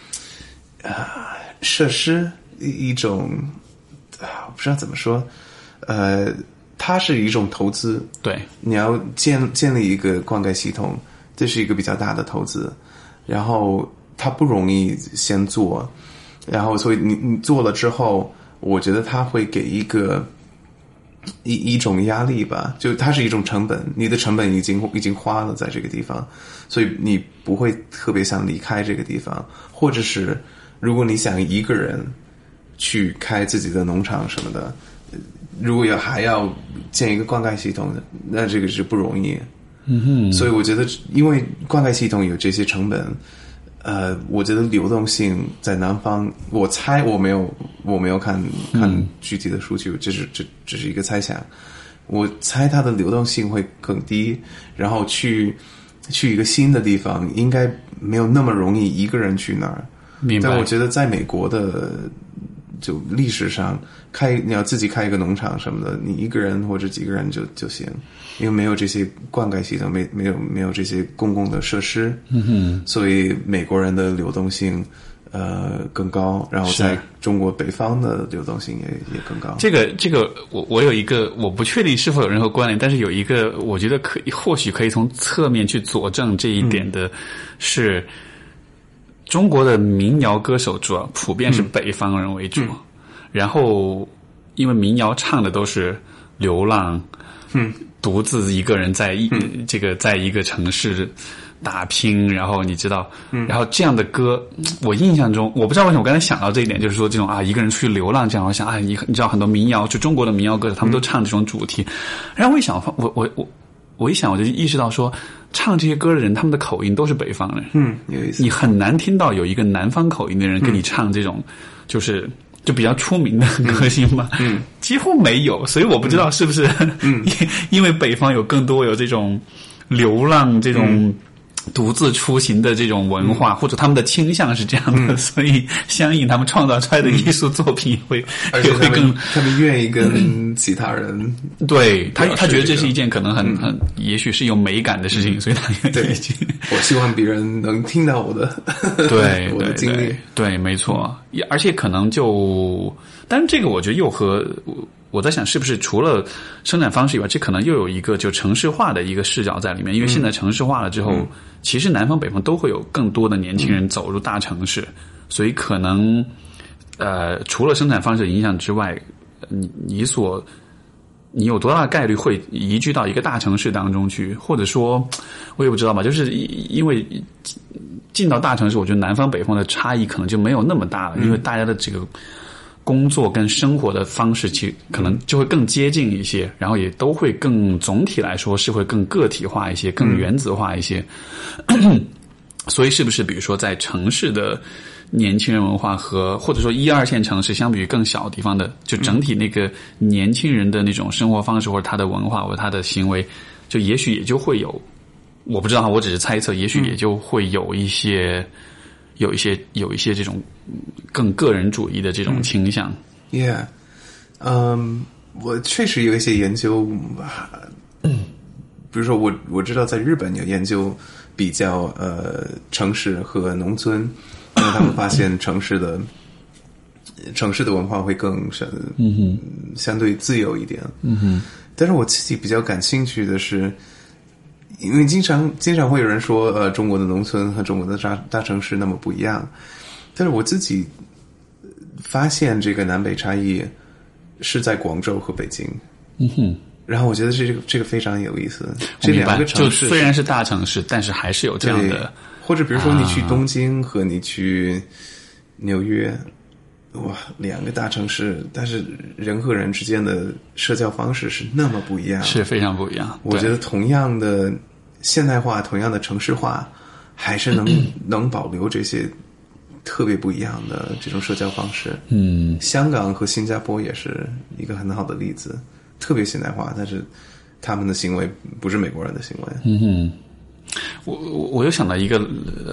设施，一种我不知道怎么说，它是一种投资。 对， 你要建立一个灌溉系统，这是一个比较大的投资，然后它不容易先做，然后所以你做了之后，我觉得它会给一种压力吧，就它是一种成本，你的成本已经花了在这个地方，所以你不会特别想离开这个地方，或者是如果你想一个人去开自己的农场什么的，如果还要建一个灌溉系统，那这个是不容易。所以我觉得因为灌溉系统有这些成本，我觉得流动性在南方，我猜我没有看具体的数据，这只是一个猜想，我猜它的流动性会更低，然后去一个新的地方应该没有那么容易一个人去那儿。 明白。 但我觉得在美国的就历史上你要自己开一个农场什么的，你一个人或者几个人就行，因为没有这些灌溉系统，没有这些公共的设施，所以美国人的流动性更高，然后在中国北方的流动性也更高。 这个我有一个我不确定是否有任何关联，但是有一个我觉得或许可以从侧面去佐证这一点的是，中国的民谣歌手普遍是北方人为主，然后因为民谣唱的都是流浪，独自一个人在一个城市打拼，然后你知道，然后这样的歌，我印象中我不知道为什么我刚才想到这一点，就是说这种一个人出去流浪这样，我想你知道很多民谣，就中国的民谣歌手他们都唱这种主题，然后我一想我一想我就意识到说，唱这些歌的人他们的口音都是北方人， 有意思， 你很难听到有一个南方口音的人跟你唱这种就比较出名的歌星嘛，几乎没有，所以我不知道是不是因为北方有更多有这种流浪这种独自出行的这种文化，或者他们的倾向是这样的，所以相应他们创造出来的艺术作品也会更他们愿意跟其他人对他觉得这是一件可能很也许是有美感的事情，所以他愿意去。 我希望别人能听到我的对我的经历， 对，没错，而且可能但是这个我觉得又和我在想，是不是除了生产方式以外，这可能又有一个就城市化的一个视角在里面。因为现在城市化了之后，其实南方北方都会有更多的年轻人走入大城市，所以可能除了生产方式的影响之外，你有多大的概率会移居到一个大城市当中去，或者说我也不知道吧，就是因为进到大城市，我觉得南方北方的差异可能就没有那么大了，因为大家的这个工作跟生活的方式其实可能就会更接近一些，然后也都会更总体来说是会更个体化一些，更原子化一些。所以是不是比如说在城市的年轻人文化或者说1、2线城市相比于更小地方的，就整体那个年轻人的那种生活方式或者他的文化或者他的行为，就也许也就会有，我不知道，我只是猜测，也许也就会有一些这种更个人主义的这种倾向。 Yeah， 我确实有一些研究，比如说我知道在日本有研究比较城市和农村，因为他们发现城市的文化会更相对自由一点。但是我自己比较感兴趣的是，因为经常会有人说中国的农村和中国的大城市那么不一样，但是我自己发现这个南北差异是在广州和北京。然后我觉得这个非常有意思，这两个城市就虽然是大城市，但是还是有这样的， 或者比如说你去东京和你去纽约，哇，两个大城市，但是人和人之间的社交方式是那么不一样， 是非常不一样。 我觉得同样的现代化，同样的城市化，还是能保留这些特别不一样的这种社交方式。香港和新加坡也是一个很好的例子，特别现代化，但是他们的行为不是美国人的行为。 我又想到一个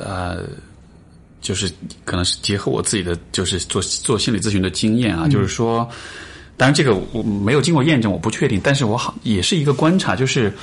就是可能是结合我自己的就是做心理咨询的经验啊，就是说，当然这个我没有经过验证，我不确定，但是也是一个观察，就是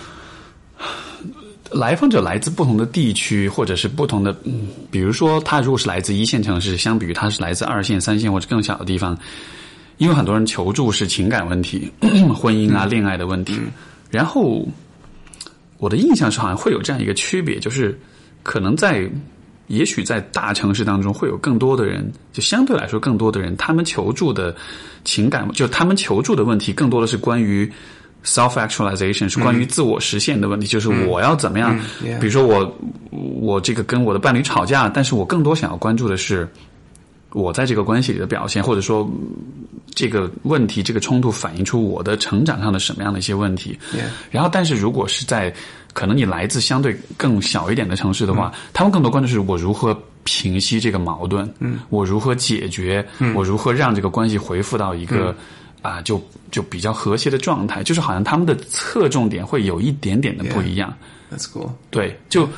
来访者来自不同的地区，或者是不同的，比如说他如果是来自1线城市，相比于他是来自2线、3线或者更小的地方，因为很多人求助是情感问题、婚姻啊、恋爱的问题，然后我的印象是好像会有这样一个区别，就是可能也许在大城市当中会有更多的人，就相对来说更多的人，他们求助的情感，就他们求助的问题更多的是关于self-actualization， 是关于自我实现的问题，就是我要怎么样，比如说我这个跟我的伴侣吵架，但是我更多想要关注的是我在这个关系里的表现，或者说这个问题这个冲突反映出我的成长上的什么样的一些问题。然后但是如果是在可能你来自相对更小一点的城市的话，他们更多关注是我如何平息这个矛盾，我如何解决，我如何让这个关系恢复到一个就比较和谐的状态，就是好像他们的侧重点会有一点点的不一样。 That's cool。 对，就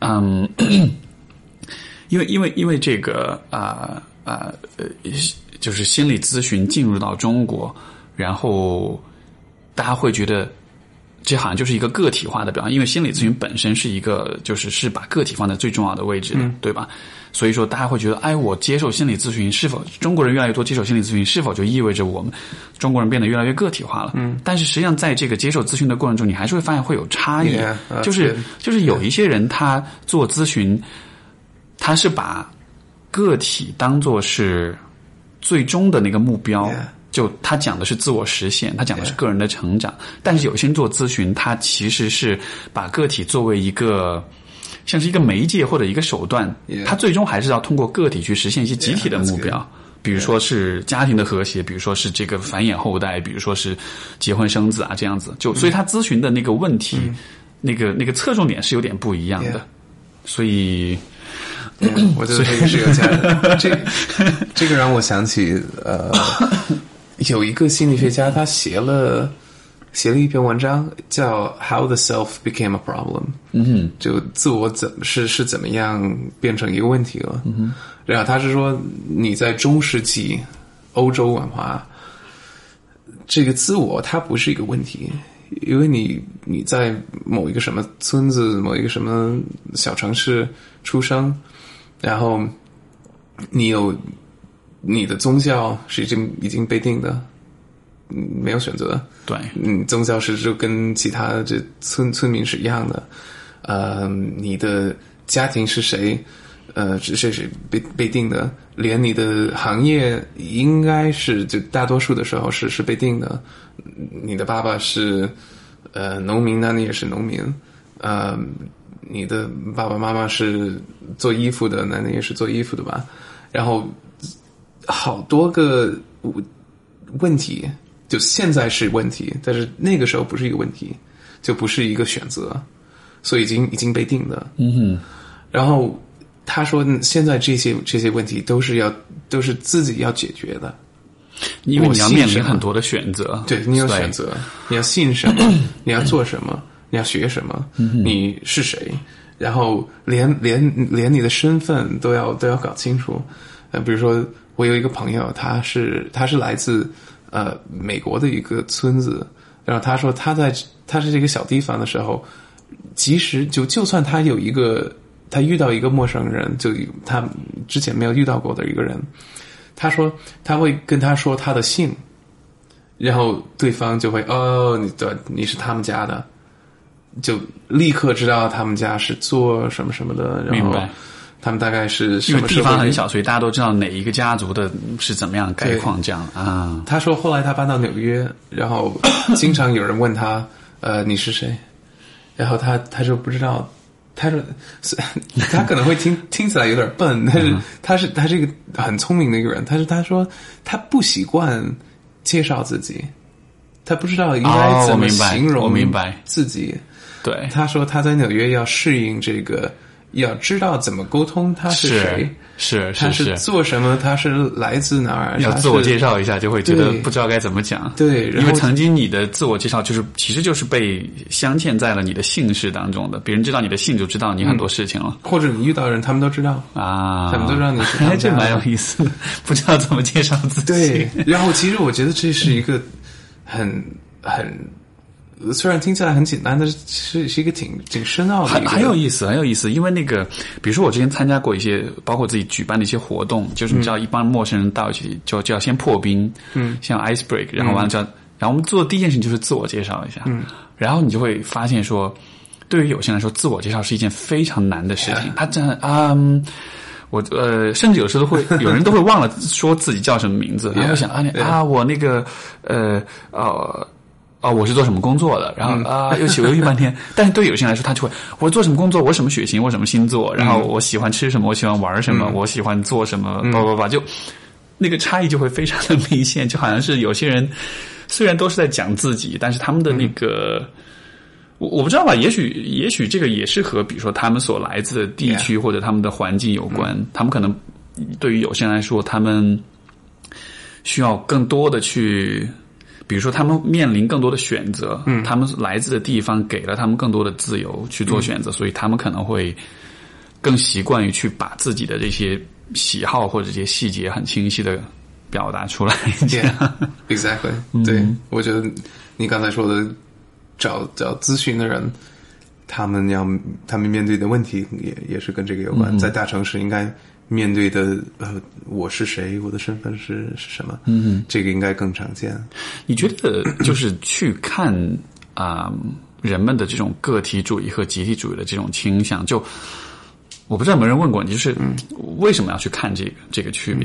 因为这个就是心理咨询进入到中国，然后大家会觉得这好像就是一个个体化的表现，因为心理咨询本身是一个是把个体放在最重要的位置的，对吧？所以说大家会觉得，我接受心理咨询，是否中国人越来越多接受心理咨询，是否就意味着我们中国人变得越来越个体化了？但是实际上在这个接受咨询的过程中，你还是会发现会有差异，就是有一些人他做咨询，他是把个体当作是最终的那个目标，就他讲的是自我实现，他讲的是个人的成长，但是有些人做咨询，他其实是把个体作为一个像是一个媒介或者一个手段，他最终还是要通过个体去实现一些集体的目标，比如说是家庭的和谐，比如说是这个繁衍后代，比如说是结婚生子啊这样子，所以他咨询的那个问题，那个侧重点是有点不一样的，所以。 我觉得这个是有价值。这个让我想起有一个心理学家，他写了写了一篇文章叫 How the Self Became a Problem， 就自我是怎么样变成一个问题了。然后他是说你在中世纪欧洲文化，这个自我它不是一个问题，因为你在某一个什么村子某一个什么小城市出生，然后你的宗教是已经被定的，没有选择。 对， 宗教是就跟其他这村民是一样的。你的家庭是谁？这是被定的。连你的行业应该是就大多数的时候是被定的。你的爸爸是农民，那你也是农民。你的爸爸妈妈是做衣服的，那你也是做衣服的吧？然后好多个问题，就现在是问题，但是那个时候不是一个问题，就不是一个选择，所以已经被定的。然后他说现在这些问题都是自己要解决的， 因为你要面临很多的选择。 对，你有选择，你要信什么，你要做什么，你要学什么，你是谁，然后连你的身份都要搞清楚。比如说我有一个朋友，他是来自美国的一个村子，然后他说他是这个小地方的时候，即使就算他遇到一个陌生人，就他之前没有遇到过的一个人，他说他会跟他说他的姓，然后对方就会你是他们家的，就立刻知道他们家是做什么什么的，然后他们大概是什么， 因为地方很小，所以大家都知道哪一个家族的是怎么样概况这样啊。他说后来他搬到纽约，然后经常有人问他你是谁，然后他说不知道。他说他可能会听起来有点笨，但是他是一个很聪明的一个人。他说他不习惯介绍自己，他不知道应该怎么形容自己。 对， 他说他在纽约要适应这个，要知道怎么沟通，他是谁，他是做什么，他是来自哪儿， 要自我介绍一下，就会觉得不知道该怎么讲。 对， 因为曾经你的自我介绍其实就是被镶嵌在了你的姓氏当中的，别人知道你的姓就知道你很多事情了。 或者你遇到的人，他们都知道啊，他们都知道你是他们家的。 这蛮有意思的，不知道怎么介绍自己。 对，然后其实我觉得这是一个很。虽然听起来很简单，但是一个挺深奥的一个， 很有意思，很有意思。因为比如说我之前参加过一些，包括自己举办的一些活动，就是你知道一帮陌生人到一起就要先破冰，像 ice break， 然后完了然后我们做的第一件事情就是自我介绍一下，然后你就会发现说，对于有些人来说，自我介绍是一件非常难的事情。他真的我甚至有时候有人都会忘了说自己叫什么名字，然后想我那个我是做什么工作的，然后又犹豫半天。但是对有些人来说，他就会我做什么工作，我什么血型，我什么星座，然后我喜欢吃什么，我喜欢玩什么，我喜欢做什么，就那个差异就会非常的明显。就好像是有些人虽然都是在讲自己，但是他们的那个我不知道吧，也许这个也是和比如说他们所来自的地区或者他们的环境有关。他们可能对于有些人来说，他们需要更多的去。比如说他们面临更多的选择，他们来自的地方给了他们更多的自由去做选择，所以他们可能会更习惯于去把自己的这些喜好或者这些细节很清晰的表达出来。 Exactly， 对，我觉得你刚才说的找咨询的人，他们面对的问题也是跟这个有关。在大城市应该面对的我是谁，我的身份是什么，这个应该更常见。 你觉得就是去看人们的这种个体主义和集体主义的这种倾向，就我不知道有没有人问过你，就是为什么要去看这个区别？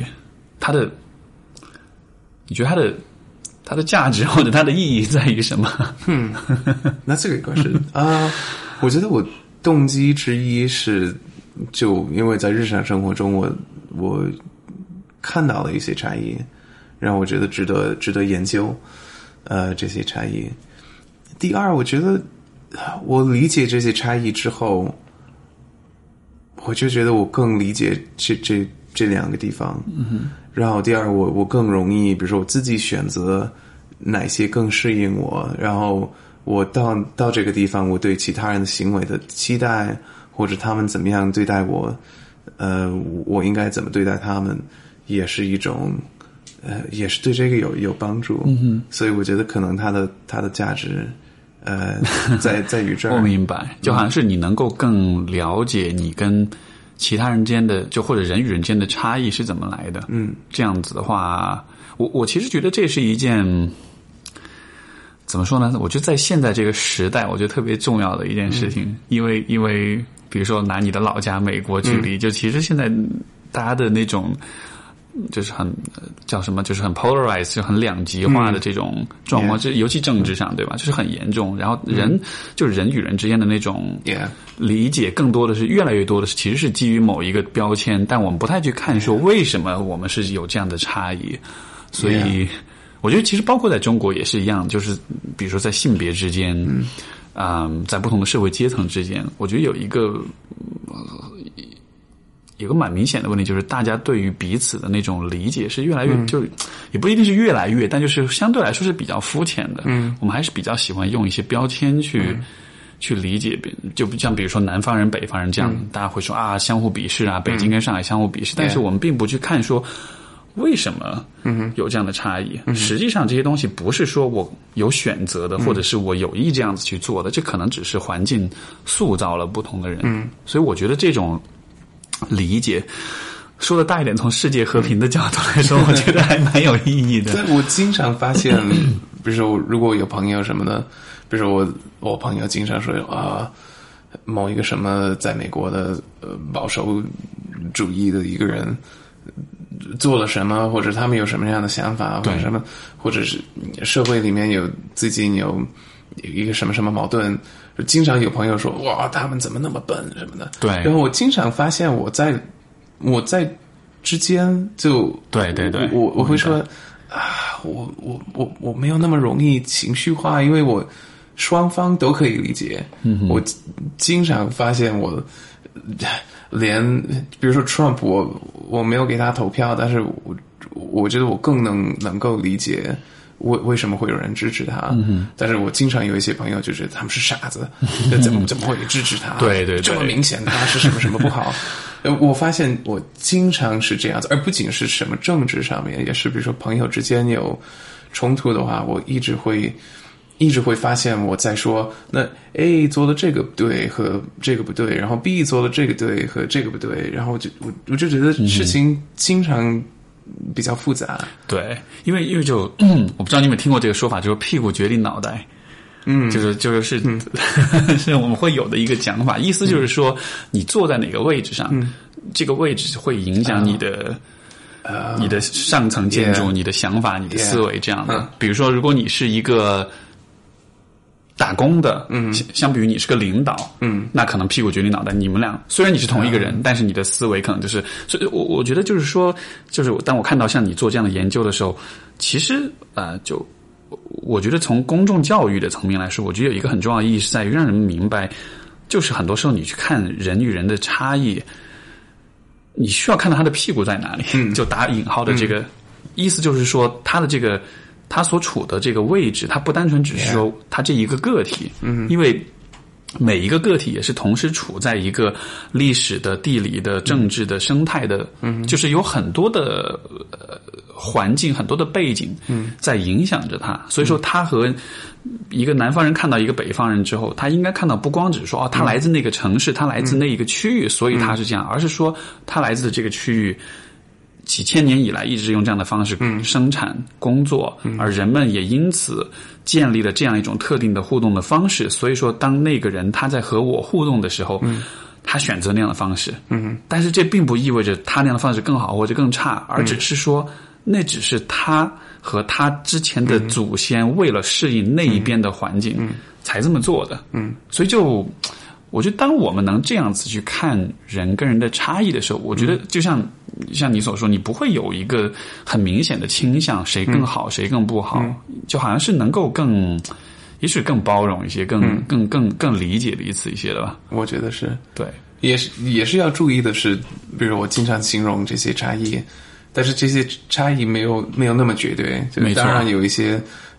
你觉得它的价值或者它的意义在于什么？ 那这个关是我觉得我动机之一是。就因为在日常生活中我看到了一些差异，让我觉得值得研究这些差异。第二，我觉得我理解这些差异之后，我就觉得我更理解这两个地方。然后第二，我更容易比如说我自己选择哪些更适应我，然后我到这个地方，我对其他人的行为的期待，或者他们怎么样对待我，我应该怎么对待他们，也是一种也是对这个有帮助。所以我觉得可能它的价值在于这儿。 我明白，就好像是你能够更了解你跟其他人间的，就或者人与人间的差异是怎么来的。这样子的话，我其实觉得这是一件怎么说呢？我觉得在现在这个时代，我觉得特别重要的一件事情，因为比如说拿你的老家美国举例，就其实现在大家的那种就是很叫什么，就是很 polarized， 就很两极化的这种状况，尤其政治上，对吧？就是很严重。然后就是人与人之间的那种理解，更多的是越来越多的是其实是基于某一个标签，但我们不太去看说为什么我们是有这样的差异。所以我觉得其实包括在中国也是一样，就是比如说在性别之间，在不同的社会阶层之间，我觉得有一个蛮明显的问题，就是大家对于彼此的那种理解是越来越，就也不一定是越来越，但就是相对来说是比较肤浅的。我们还是比较喜欢用一些标签去理解，就像比如说南方人、北方人这样，大家会说啊相互鄙视啊，北京跟上海相互鄙视，但是我们并不去看说为什么有这样的差异。实际上这些东西不是说我有选择的，或者是我有意这样子去做的，这可能只是环境塑造了不同的人。所以我觉得这种理解说的大一点，从世界和平的角度来说，我觉得还蛮有意义的。 对，我经常发现比如说如果有朋友什么的，比如说我朋友经常说某一个什么在美国的保守主义的一个人做了什么，或者他们有什么样的想法，或者什么，或者是社会里面最近有一个什么什么矛盾，经常有朋友说哇他们怎么那么笨什么的。对，然后我经常发现我在之间就对我会说我没有那么容易情绪化，因为我双方都可以理解。我经常发现我连比如说 Trump 我没有给他投票，但是我觉得我更能够理解为什么会有人支持他。但是我经常有一些朋友就觉得他们是傻子，怎么会支持他？对，这么明显他是什么什么不好。我发现我经常是这样子，而不仅是什么政治上面，也是比如说朋友之间有冲突的话，我一直会发现我在说那 A 做了这个不对和这个不对，然后 B 做了这个对和这个不对，然后我就觉得事情经常比较复杂。 对，因为就我不知道你们听过这个说法，就是屁股决定脑袋。就是是我们会有的一个讲法，意思就是说你坐在哪个位置上，这个位置会影响你的上层建筑，你的想法，你的思维这样的。比如说如果你是一个打工的，相比于你是个领导，那可能屁股决定脑袋。你们俩虽然你是同一个人，但是你的思维可能就是，所以我觉得就是说，就是当我看到像你做这样的研究的时候，其实就我觉得从公众教育的层面来说，我觉得有一个很重要的意义是在于让人们明白，就是很多时候你去看人与人的差异，你需要看到他的屁股在哪里，就打引号的这个意思，就是说他的这个。他所处的这个位置，他不单纯只是说他这一个个体，因为每一个个体也是同时处在一个历史的、地理的、政治的、生态的，就是有很多的环境、很多的背景在影响着他。所以说，他和一个南方人看到一个北方人之后，他应该看到不光只是说他来自那个城市，他来自那一个区域，所以他是这样，而是说他来自这个区域。几千年以来一直用这样的方式生产工作，而人们也因此建立了这样一种特定的互动的方式。所以说当那个人他在和我互动的时候，他选择那样的方式，但是这并不意味着他那样的方式更好或者更差，而只是说那只是他和他之前的祖先为了适应那一边的环境才这么做的。所以就我觉得当我们能这样子去看人跟人的差异的时候，我觉得就像你所说，你不会有一个很明显的倾向，谁更好谁更不好，就好像是能够也许更包容一些，更理解彼此一些的吧。 我觉得是对， 也是要注意的是，比如我经常形容这些差异，但是这些差异没有那么绝对，就当然有一些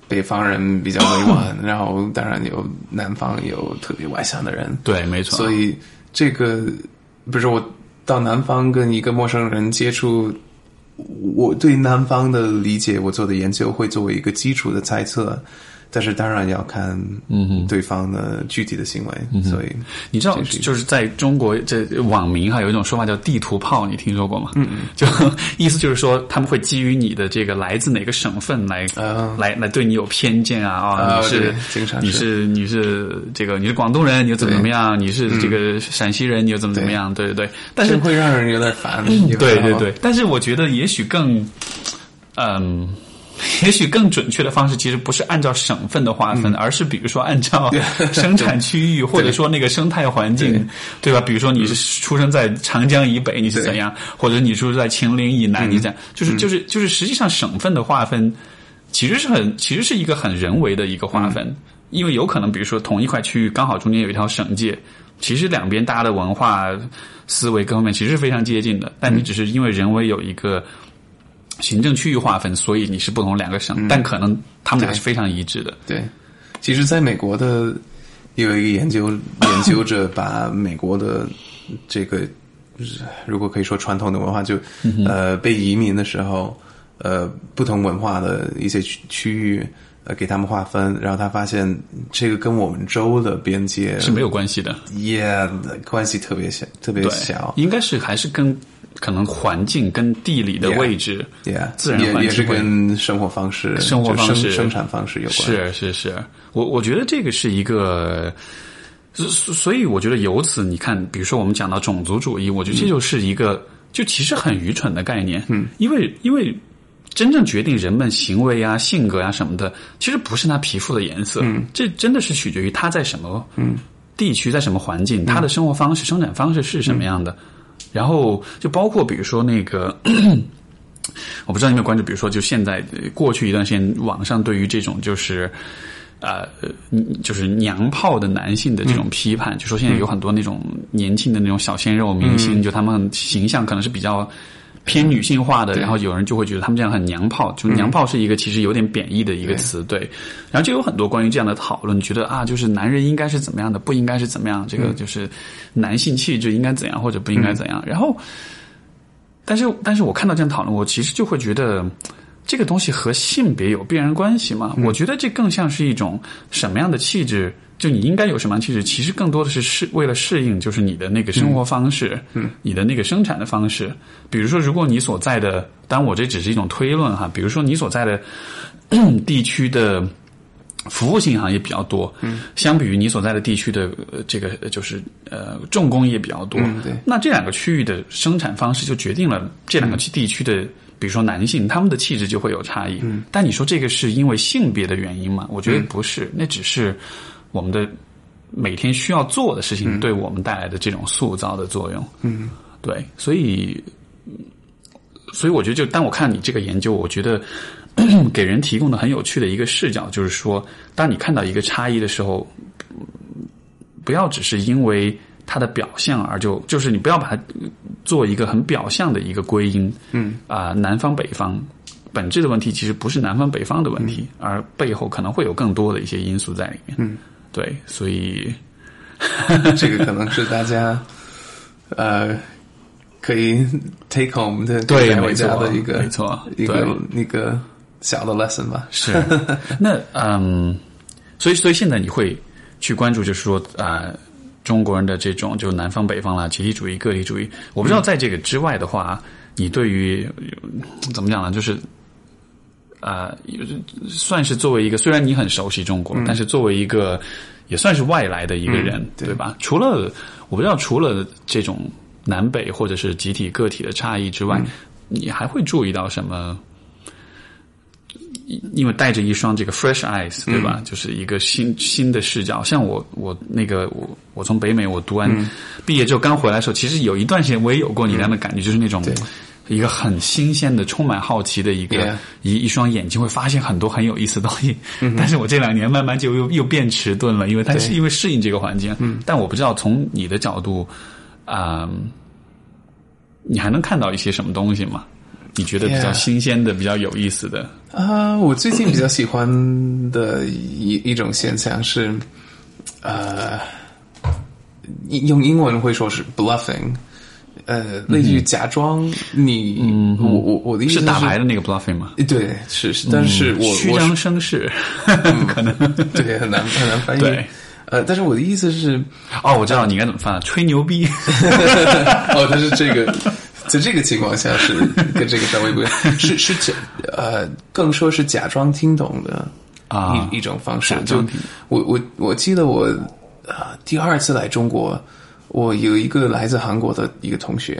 北方人比较委婉，然后当然有南方有特别外向的人。 对，没错。 所以这个不是我到南方跟一个陌生人接触，我对南方的理解，我做的研究会作为一个基础的猜测。但是当然要看对方的具体的行为，所以你知道，就是在中国这网民有一种说法叫地图炮，你听说过吗？就意思就是说他们会基于你的这个来自哪个省份来对你有偏见啊，你是这个你是广东人，你就怎么样？你是这个陕西人，你就怎么样？对对对，但是会让人有点烦。 对对对，但是我觉得也许更也许更准确的方式其实不是按照省份的划分，而是比如说按照生产区域或者说那个生态环境， 对吧？比如说你是出生在长江以北，你是怎样，或者你出生在秦岭以南，你怎样，就是实际上省份的划分其实是一个很人为的一个划分，因为有可能比如说同一块区域刚好中间有一条省界，其实两边大家的文化思维各方面其实是非常接近的，但你只是因为人为有一个行政区域划分，所以你是不同两个省，但可能他们俩是非常一致的。 对，其实在美国的有一个研究者把美国的这个如果可以说传统的文化，就被移民的时候不同文化的一些区域给他们划分，然后他发现这个跟我们州的边界是没有关系的， 关系特别小，特别小， 应该是还是跟可能环境跟地理的位置，自然环境也是跟生活方式、生产方式有关。 是，我觉得这个是一个，所以我觉得由此你看，比如说我们讲到种族主义，我觉得这就是一个就其实很愚蠢的概念，因为真正决定人们行为啊、性格啊什么的，其实不是他皮肤的颜色，这真的是取决于他在什么地区、在什么环境，他的生活方式、生产方式是什么样的。然后就包括比如说那个我不知道你有没有关注，比如说就现在过去一段时间网上对于这种就是娘炮的男性的这种批判，就说现在有很多那种年轻的那种小鲜肉明星，就他们形象可能是比较偏女性化的，然后有人就会觉得他们这样很娘炮，就娘炮是一个其实有点贬义的一个词，对。然后就有很多关于这样的讨论，觉得就是男人应该是怎么样的，不应该是怎么样，这个就是男性气质应该怎样或者不应该怎样。然后，但是我看到这样讨论，我其实就会觉得这个东西和性别有必然关系吗？我觉得这更像是一种什么样的气质。就你应该有什么样的气质，其实更多的是为了适应就是你的那个生活方式，你的那个生产的方式。比如说如果你所在的，当然我这只是一种推论哈，比如说你所在的地区的服务性行业比较多，相比于你所在的地区的这个就是重工业比较多， 对， 那这两个区域的生产方式就决定了这两个地区的比如说男性他们的气质就会有差异，但你说这个是因为性别的原因吗？我觉得不是，那只是我们的每天需要做的事情对我们带来的这种塑造的作用。对，所以我觉得就当我看你这个研究，我觉得给人提供的很有趣的一个视角，就是说当你看到一个差异的时候，不要只是因为它的表象而就是你不要把它做一个很表象的一个归因。南方北方本质的问题其实不是南方北方的问题，而背后可能会有更多的一些因素在里面。对，所以这个可能是大家可以 take home 的带回家的一个没错一个小的 lesson 吧。 是那所以现在你会去关注就是说中国人的这种就南方北方啦、集体主义、个体主义。我不知道在这个之外的话，你对于怎么讲呢？就是算是作为一个，虽然你很熟悉中国，但是作为一个也算是外来的一个人，对吧？除了我不知道，除了这种南北或者是集体个体的差异之外，你还会注意到什么？因为带着一双这个 fresh eyes， 对吧？就是一个新的视角。像我从北美我读完毕业之后刚回来的时候，其实有一段时间我也有过你那样的感觉，就是那种一个很新鲜的、充满好奇的一双眼睛，会发现很多很有意思的东西。但是我这2年慢慢就又变迟钝了，因为它是因为适应这个环境。但我不知道从你的角度你还能看到一些什么东西吗？ 你觉得比较新鲜的、比较有意思的？ 我最近比较喜欢的一种现象是，用英文会说是 bluffing， 类似于假装你，我的意思是打牌的那个 bluffing 吗？ 对，是，但是虚张声势，可能对很难翻译。 对。 但是我的意思是， 我知道你应该怎么翻，吹牛逼。 但是在这个情况下是跟这个稍微不一样，是更说是假装听懂的一种方式。就我记得我第二次来中国，我有一个来自韩国的一个同学，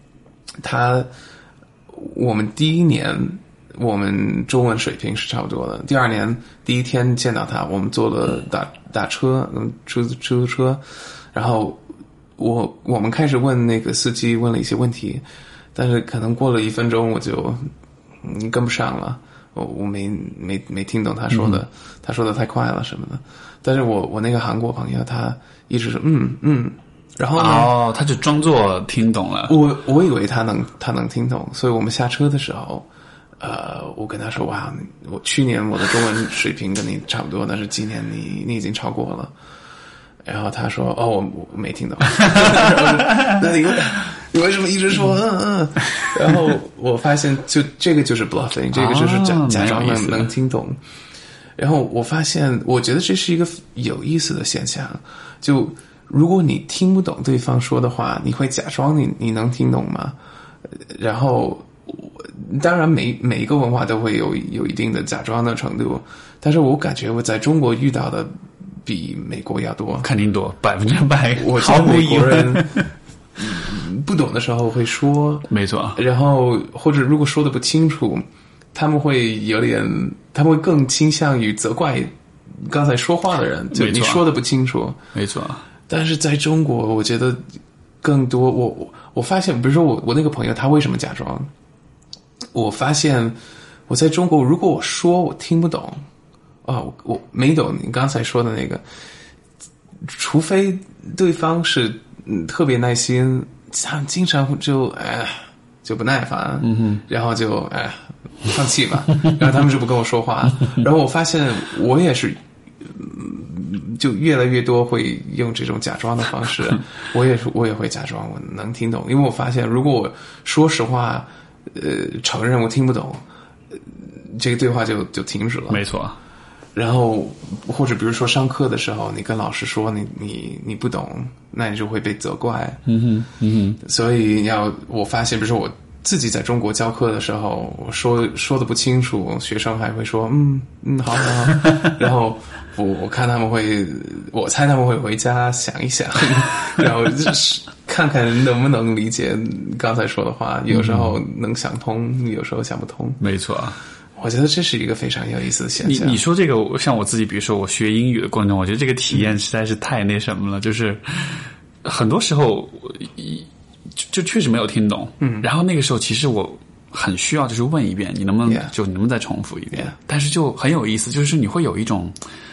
我们第一年我们中文水平是差不多的，第二年第一天见到他，我们坐了打车，出租车，然后我们开始问那个司机问了一些问题，但是可能过了1分钟我就跟不上了，我没听懂他说的，他说的太快了什么的。但是我那个韩国朋友他一直说然后呢他就装作听懂了。 我以为他能听懂，所以我们下车的时候我跟他说哇，我去年我的中文水平跟你差不多，但是今年你已经超过了。然后他说我没听懂。那你为什么一直说然后我发现就这个就是 bluffing， 这个就是假装能听懂。然后我发现我觉得这是一个有意思的现象，就如果你听不懂对方说的话，你会假装你能听懂吗？然后当然每一个文化都会有一定的假装的程度，但是我感觉我在中国遇到的比美国要多， 肯定多100%。 我觉得美国人不懂的时候会说， 没错， 然后或者如果说的不清楚，他们会更倾向于责怪刚才说话的人，就你说的不清楚， 没错。 但是在中国，我觉得更多，我发现，比如说我那个朋友，他为什么假装？我发现我在中国，如果我说我听不懂，我没懂你刚才说的那个，除非对方是特别耐心，他经常就不耐烦，然后就放弃吧，然后他们就不跟我说话，然后我发现我也是。就越来越多会用这种假装的方式，我也会假装我能听懂，因为我发现如果我说实话，承认我听不懂，这个对话就停止了。 没错。 然后或者比如说上课的时候，你跟老师说你不懂，那你就会被责怪。所以我发现，比如说我自己在中国教课的时候，我说的不清楚，学生还会说好，然后我看他们我猜他们会回家想一想，然后就是看看能不能理解刚才说的话，有时候能想通，有时候想不通。 没错。 我觉得这是一个非常有意思的现象。 你说这个，像我自己，比如说我学英语的过程中，我觉得这个体验实在是太那什么了，就是很多时候就确实没有听懂，然后那个时候其实我很需要就是问一遍，你能不能再重复一遍？但是就很有意思，就是你会有一种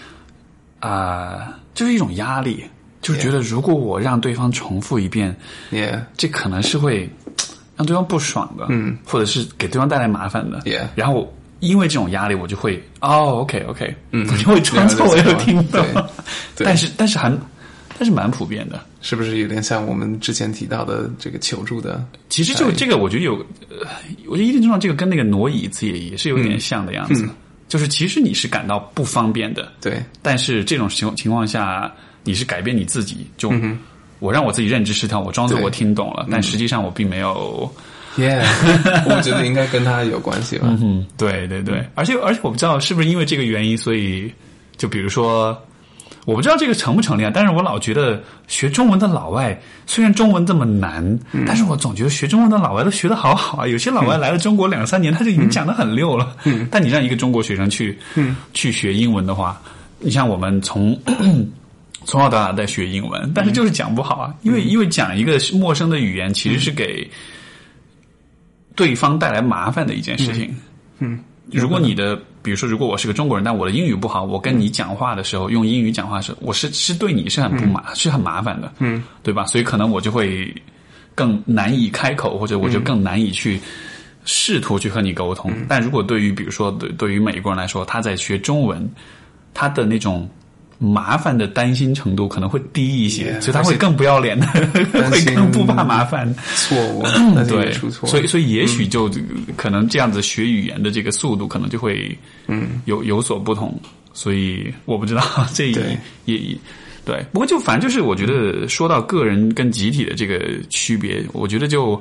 就是一种压力，就是觉得如果我让对方重复一遍，这可能是会让对方不爽的，或者是给对方带来麻烦的，然后因为这种压力，我就会OK，我就会装作我有听懂，但是蛮普遍的， 是不是有点像我们之前提到的这个求助的？ 其实就这个，我觉得我觉得一定程度上这个跟那个挪椅子也是有点像的样子，就是其实你是感到不方便的，对，但是这种情况下，你是改变你自己，就我让我自己认知失调，我装作我听懂了，但实际上我并没有。 我觉得应该跟他有关系吧。 对，而且我不知道是不是因为这个原因，所以就比如说。我不知道这个成不成立啊，但是我老觉得学中文的老外，虽然中文这么难，但是我总觉得学中文的老外都学得好好啊。有些老外来了中国2-3年，他就已经讲得很溜了。但你让一个中国学生去学英文的话，你像我们从小到大在学英文，但是就是讲不好啊，因为讲一个陌生的语言其实是给对方带来麻烦的一件事情。如果比如说，如果我是个中国人，但我的英语不好，我跟你讲话的时候用英语讲话的时候，我是对你是很麻烦的，对吧？所以可能我就会更难以开口，或者我就更难以去试图去和你沟通。但如果对于比如说对于美国人来说，他在学中文，他的那种麻烦的担心程度可能会低一些，所以他会更不要脸的，会更不怕麻烦错误， 对， 出错， 所以也许就可能这样子学语言的这个速度可能就会有所不同，所以我不知道这也对，不过就反正就是我觉得说到个人跟集体的这个区别，我觉得就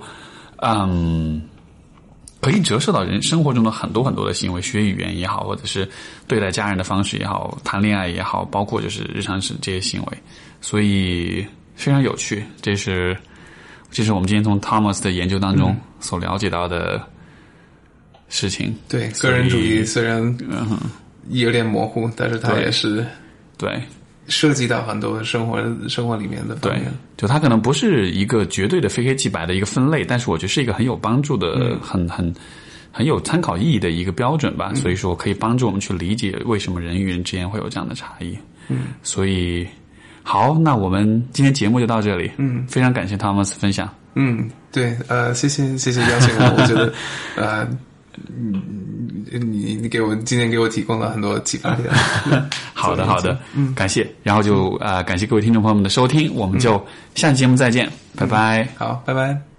可以折射到人生活中的很多很多的行为，学语言也好，或者是对待家人的方式也好，谈恋爱也好，包括就是日常这些行为，所以非常有趣。这是我们今天从 Thomas 的研究当中所了解到的事情。 对，个人主义虽然有点模糊，但是它也是对涉及到很多生活里面的方面。 对，就它可能不是一个绝对的非黑即白的一个分类，但是我觉得是一个很有帮助的、很有参考意义的一个标准吧。所以说可以帮助我们去理解为什么人与人之间会有这样的差异。所以好，那我们今天节目就到这里。非常感谢 Thomas 分享。 对，谢谢邀请我，我觉得你今天给我提供了很多启发点。 好的，感谢。然后就感谢各位听众朋友们的收听，我们就下期节目再见，拜拜。 好，拜拜。